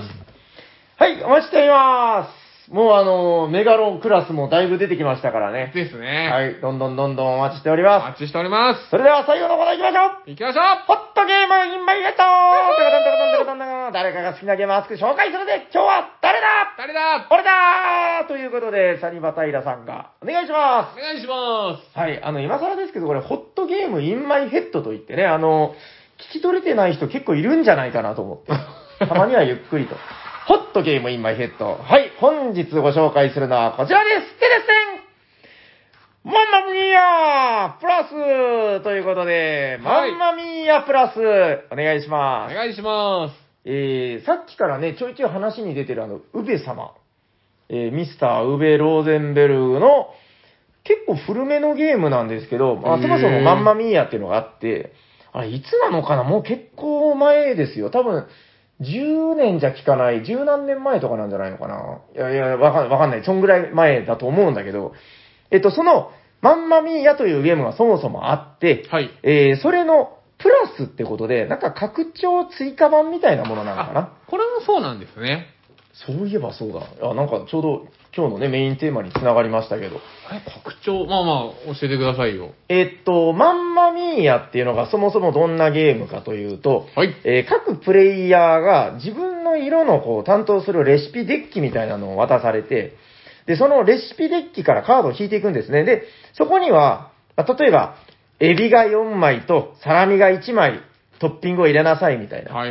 はい、お待ちしております。もうメガロクラスもだいぶ出てきましたからね。 ですね。 はい、どんどんお待ちしております。 お待ちしております。 それでは最後のコーナー行きましょう。 行きましょう。 ホットゲームインマイゲット誰かが好きなゲームを熱く紹介するで、今日は誰だ俺だということで、サニバタイラさんがお願いします。 お願いします。 はい、今更ですけど、これ、ホットゲームインマイヘッドといってね、聞き取れてない人結構いるんじゃないかなと思って。たまにはゆっくりと。ホットゲームインマイヘッド。はい、本日ご紹介するのはこちらです。でですねマンマミーヤプラスということで、 はい、 マンマミーヤプラスお願いします。 お願いします。 さっきからね、ちょいちょい話に出てるウベ様。ミスターウベ・ローゼンベルグの結構古めのゲームなんですけど、そもそもマンマミーヤっていうのがあって、あれいつなのかな、もう結構前ですよ。多分、10年じゃ効かない、10何年前とかなんじゃないのかな。いや、わかんない。そんぐらい前だと思うんだけど、その、マンマミーヤというゲームがそもそもあって、 はい。 それのプラスってことで、なんか拡張追加版みたいなものなのかな。 これもそうなんですね。 そういえばそうだ。なんかちょうど今日のね、メインテーマに繋がりましたけど。 拡張、まあ、教えてくださいよ。 マンマミーヤっていうのがそもそもどんなゲームかというと、 はい。 各プレイヤーが自分の色のこう担当するレシピデッキみたいなのを渡されて、で、そのレシピデッキからカードを引いていくんですね。で、そこには、例えば、エビが4枚とサラミが1枚トッピングを入れなさいみたいな。 はい。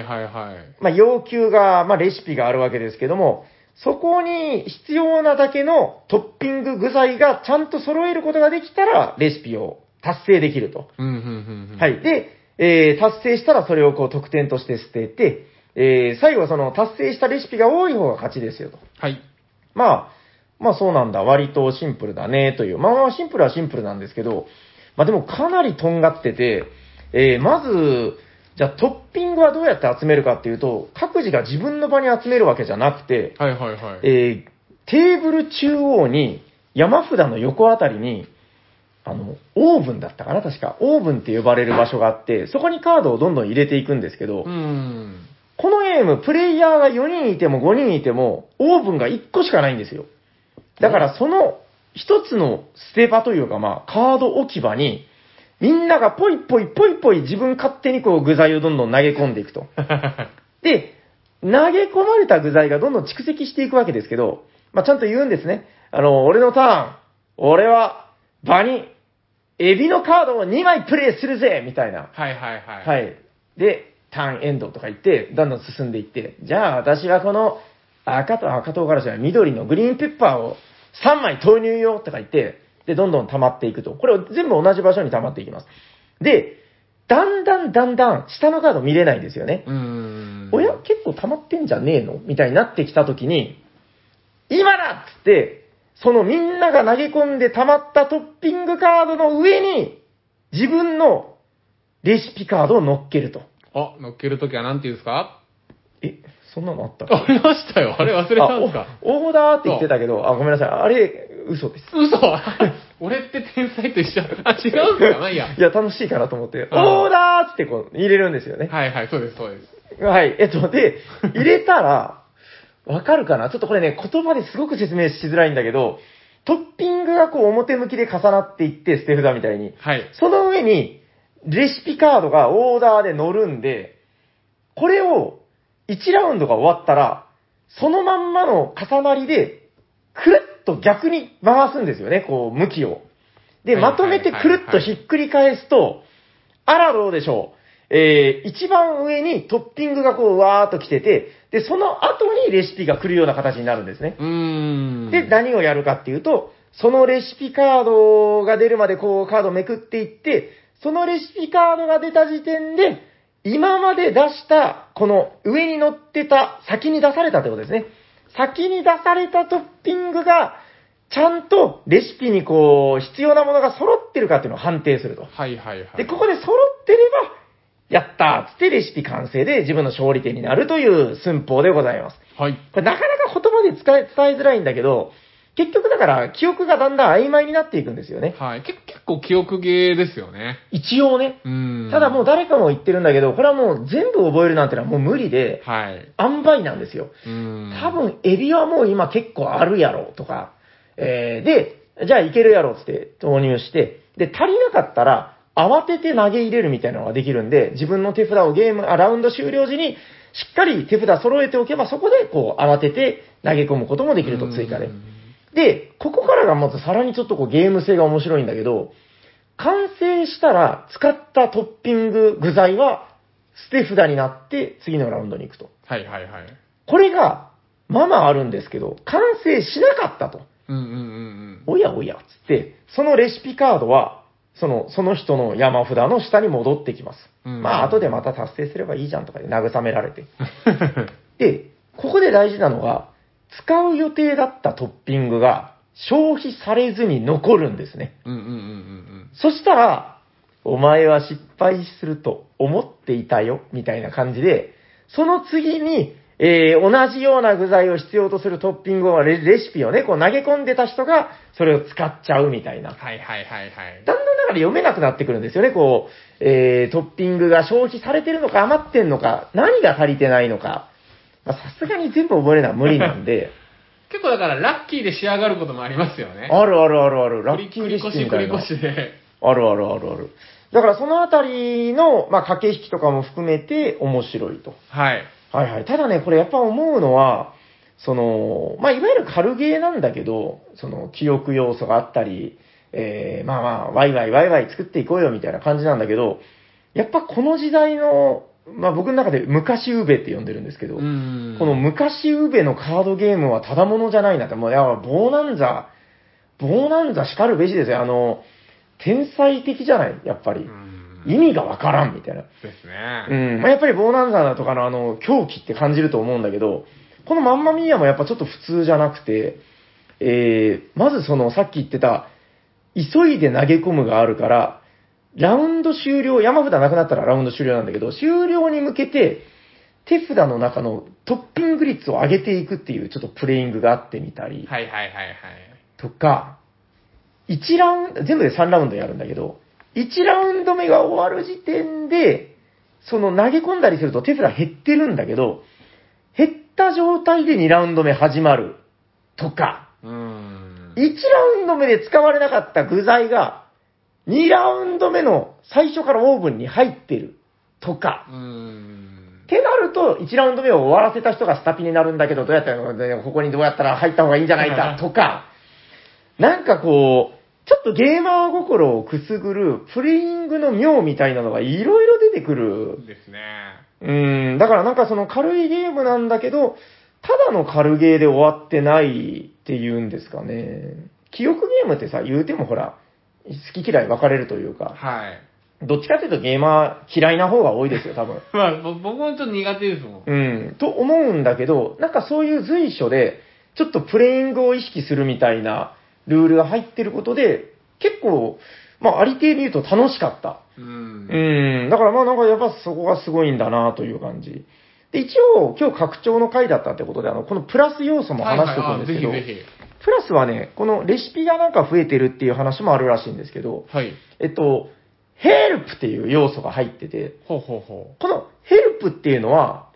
要求が、レシピがあるわけですけども、そこに必要なだけのトッピング具材がちゃんと揃えることができたら、レシピを達成できると。はい。で、達成したらそれをこう得点として捨てて、最後はその達成したレシピが多い方が勝ちですよと。 はい。 まあそうなんだ。割とシンプルだねという。シンプルはシンプルなんですけど、でもかなりとんがってて、まず、じゃあトッピングはどうやって集めるかっていうと、各自が自分の場に集めるわけじゃなくて、 はい。 テーブル中央に、山札の横あたりに、オーブンだったかな確か。オーブンって呼ばれる場所があって、そこにカードをどんどん入れていくんですけど、このゲーム、プレイヤーが4人いても5人いても、オーブンが1個しかないんですよ。だからその一つの捨て場というかカード置き場に、みんながポイ自分勝手にこう具材をどんどん投げ込んでいくと。で、投げ込まれた具材がどんどん蓄積していくわけですけど、ちゃんと言うんですね。俺のターン、俺は場にエビのカードを2枚プレイするぜみたいな。はい。で、ターンエンドとか言って、どんどん進んでいって、じゃあ私はこの赤唐辛子じゃない、緑のグリーンペッパーを3枚投入よとか言って、で、どんどん溜まっていくと。これを全部同じ場所に溜まっていきます。で、だんだん、下のカード見れないんですよね。おや結構溜まってんじゃねえのみたいになってきたときに、今だっつって、そのみんなが投げ込んで溜まったトッピングカードの上に、自分のレシピカードを乗っけると。 乗っけるときは何て言うんですか？ そんなのあったありましたよ。あれ忘れたんですか？ オーダーって言ってたけど、ごめんなさい。あれ、嘘です。 嘘俺って天才と一緒。違うんですか？まあいいや。 いや、楽しいかなと思って、オーダーってこう入れるんですよね。 はい、そうです。 はい。で、入れたら、 わかるかな？ちょっとこれね、言葉ですごく説明しづらいんだけど、トッピングがこう表向きで重なっていって、捨て札みたいに。 はい。 その上に、レシピカードがオーダーで乗るんで、これを1ラウンドが終わったら、そのまんまの重なりで、くるっと逆に回すんですよね、こう、向きを。で、まとめてくるっとひっくり返すと、あらどうでしょう。一番上にトッピングがこうわーっと来てて、で、その後にレシピが来るような形になるんですね。で、何をやるかっていうと、そのレシピカードが出るまでこうカードをめくっていって、そのレシピカードが出た時点で、今まで出した、この上に乗ってた、先に出されたってことですね。先に出されたトッピングが、ちゃんとレシピにこう、必要なものが揃ってるかっていうのを判定すると。 はいはいはい。 で、ここで揃ってれば、やったーっつってレシピ完成で自分の勝利点になるという寸法でございます。 はい。 これなかなか言葉で伝えづらいんだけど、結局だから記憶がだんだん曖昧になっていくんですよね。 はい。結構記憶ゲーですよね。 一応ね。ただもう誰かも言ってるんだけど、これはもう全部覚えるなんてのはもう無理で、 はい。 塩梅なんですよ。多分エビはもう今結構あるやろとか、で、じゃあいけるやろっつって投入して、で、足りなかったら、慌てて投げ入れるみたいなのができるんで、自分の手札をラウンド終了時に、しっかり手札揃えておけば、そこでこう、慌てて投げ込むこともできると、追加で。で、ここからがまずさらにちょっとこう、ゲーム性が面白いんだけど、完成したら、使ったトッピング具材は、捨て札になって、次のラウンドに行くと。 はいはいはい。 これが、まあまああるんですけど、完成しなかったと。おやおや、つって、そのレシピカードは、その人の山札の下に戻ってきます。まあ、後でまた達成すればいいじゃんとかで慰められて。で、ここで大事なのが、使う予定だったトッピングが消費されずに残るんですね。そしたら、お前は失敗すると思っていたよ、みたいな感じで、その次に、同じような具材を必要とするトッピングを、レシピをね、こう投げ込んでた人が、それを使っちゃうみたいな。 はいはいはいはい。 だんだんだから読めなくなってくるんですよね、こう、トッピングが消費されてるのか余ってんのか、何が足りてないのか。さすがに全部覚えるのは無理なんで。 結構だからラッキーで仕上がることもありますよね。 あるあるあるある。ラッキーレシピみたいな。 繰り越しで。 あるあるあるある。だからそのあたりの、まあ、駆け引きとかも含めて面白いと。 はい。 はいはい。ただね、これやっぱ思うのは、まあ、いわゆる軽ゲーなんだけど、記憶要素があったり、まあまあ、ワイワイワイワイ作っていこうよみたいな感じなんだけど、やっぱこの時代の、まあ僕の中で昔ウベって呼んでるんですけど、この昔ウベのカードゲームはただものじゃないなって、もうやっぱボーナンザ叱るべしですよ。天才的じゃないやっぱり。意味がわからんみたいな。 ですね。 まあ、やっぱりボーナンザだとかの狂気って感じると思うんだけど、このマンマミーヤもやっぱちょっと普通じゃなくて、まずさっき言ってた、急いで投げ込むがあるから、ラウンド終了、山札なくなったらラウンド終了なんだけど、終了に向けて、手札の中のトッピング率を上げていくっていうちょっとプレイングがあってみたり、 はいはいはいはい。 とか、1ラウンド、全部で3ラウンドやるんだけど、1ラウンド目が終わる時点で、投げ込んだりすると手札減ってるんだけど、減った状態で2ラウンド目始まるとか、1ラウンド目で使われなかった具材が、2ラウンド目の最初からオーブンに入ってるとか、ってなると、1ラウンド目を終わらせた人がスタピになるんだけど、どうやったら、ここにどうやったら入った方がいいんじゃないかとか、なんかこう、ちょっとゲーマー心をくすぐるプレイングの妙みたいなのがいろいろ出てくる。 ですね。 だからなんか軽いゲームなんだけど、ただの軽ゲーで終わってないっていうんですかね。記憶ゲームってさ、言うてもほら、好き嫌い分かれるというか。 はい。 どっちかっていうとゲーマー嫌いな方が多いですよ、多分。 まあ、僕もちょっと苦手ですもん。 と思うんだけど、なんかそういう随所で、ちょっとプレイングを意識するみたいなルールが入ってることで、結構、まあ、ありていに言うと楽しかった。だからまあなんかやっぱそこがすごいんだなという感じ。で、一応今日拡張の回だったってことで、このプラス要素も話しておくんですけど、 ぜひぜひ。 プラスはね、このレシピがなんか増えてるっていう話もあるらしいんですけど、 はい。 ヘルプっていう要素が入ってて、このヘルプっていうのは、聞くとこ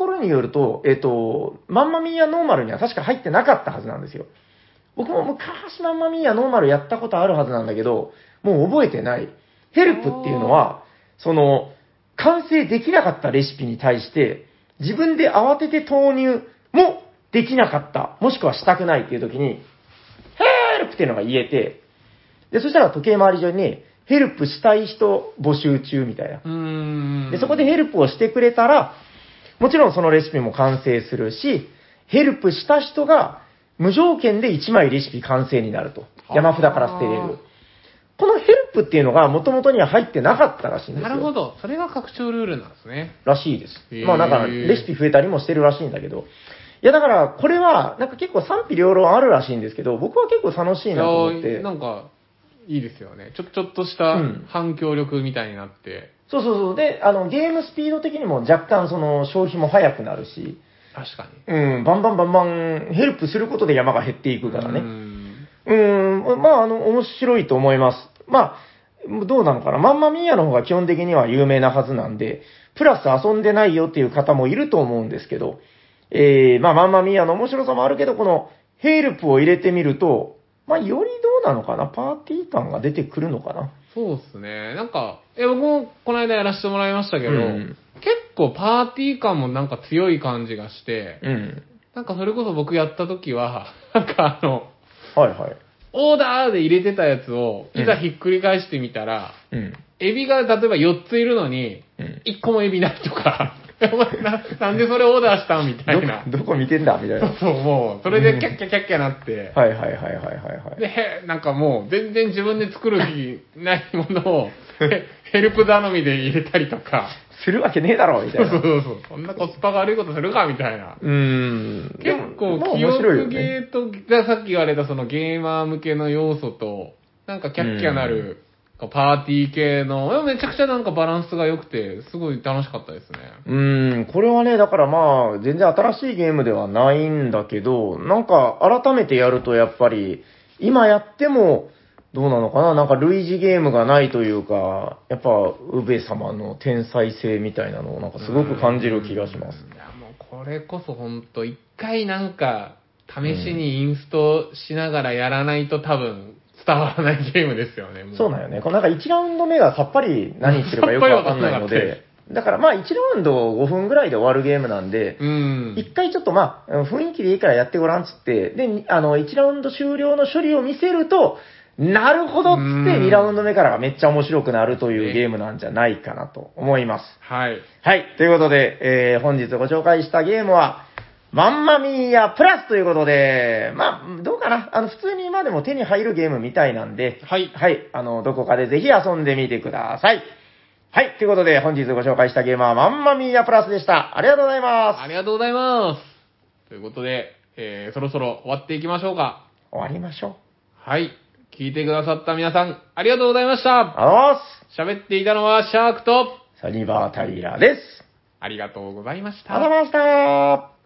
ころによると、マンマミーヤノーマルには確か入ってなかったはずなんですよ。僕も昔マンマミーヤノーマルやったことあるはずなんだけど、もう覚えてない。ヘルプっていうのは、完成できなかったレシピに対して、自分で慌てて投入もできなかった、もしくはしたくないっていう時に、ヘルプっていうのが言えて、で、そしたら時計回り上にね、ヘルプしたい人募集中みたいな。で、そこでヘルプをしてくれたら、もちろんそのレシピも完成するし、ヘルプした人が無条件で1枚レシピ完成になると。山札から捨てれる。このヘルプっていうのが元々には入ってなかったらしいんですよ。 なるほど。それが拡張ルールなんですね。 らしいです。まあなんかレシピ増えたりもしてるらしいんだけど。いやだからこれはなんか結構賛否両論あるらしいんですけど、僕は結構楽しいなと思って。 なんかいいですよね。ちょっとした反響力みたいになって。 そうそうそう。で、ゲームスピード的にも若干消費も早くなるし。 確かに。バンバンヘルプすることで山が減っていくからね。まあ、面白いと思います。まあ、どうなのかな。マンマミーヤの方が基本的には有名なはずなんで、プラス遊んでないよっていう方もいると思うんですけど、まあ、マンマミーヤの面白さもあるけど、このヘルプを入れてみると、まあ、よりどうなのかな。パーティー感が出てくるのかな。 そうですね。なんか、僕もこの間やらせてもらいましたけど、結構パーティー感もなんか強い感じがして、なんかそれこそ僕やった時は、なんかはいはい。 オーダーで入れてたやつを、いざひっくり返してみたら、エビが例えば4ついるのに、1個もエビないとか、なんでそれオーダーしたんみたいな。 どこ見てんだみたいな。 そう、もう、それでキャッキャキャッキャなって。 はい。 で、なんかもう、全然自分で作る気ないものを、ヘルプ頼みで入れたりとか。 するわけねえだろみたいな。 そう。そんなコスパが悪いことするかみたいな。結構、記憶ゲーと、さっき言われたそのゲーマー向けの要素と、なんかキャッキャなる、パーティー系の、めちゃくちゃなんかバランスが良くて、すごい楽しかったですね。 これはね、だからまあ、全然新しいゲームではないんだけど、なんか改めてやるとやっぱり、今やっても、どうなのかな、なんか類似ゲームがないというか、やっぱ、ウベ様の天才性みたいなのをなんかすごく感じる気がします。 いやもうこれこそ本当一回なんか、試しにインストしながらやらないと多分、伝わらないゲームですよね。 そうなんよね。このなんか1ラウンド目がさっぱり何言ってるかよくわかんないので、だからまあ1ラウンド5分ぐらいで終わるゲームなんで、一回ちょっとまあ雰囲気でいいからやってごらんっつって、で、1ラウンド終了の処理を見せると、なるほどっつって2ラウンド目からがめっちゃ面白くなるというゲームなんじゃないかなと思います。 はい。 はい。ということで、本日ご紹介したゲームは、マンマミーヤプラスということで、まあ、どうかな。普通に今でも手に入るゲームみたいなんで、 はい。 はい。どこかでぜひ遊んでみてください。はい。ということで、本日ご紹介したゲームはマンマミーヤプラスでした。ありがとうございます。 ありがとうございます。ということで、そろそろ終わっていきましょうか。 終わりましょう。 はい。聞いてくださった皆さん、ありがとうございました。 ありがとうございます。 喋っていたのはシャークと、 サニバータイラーです。 ありがとうございました。 ありがとうございました。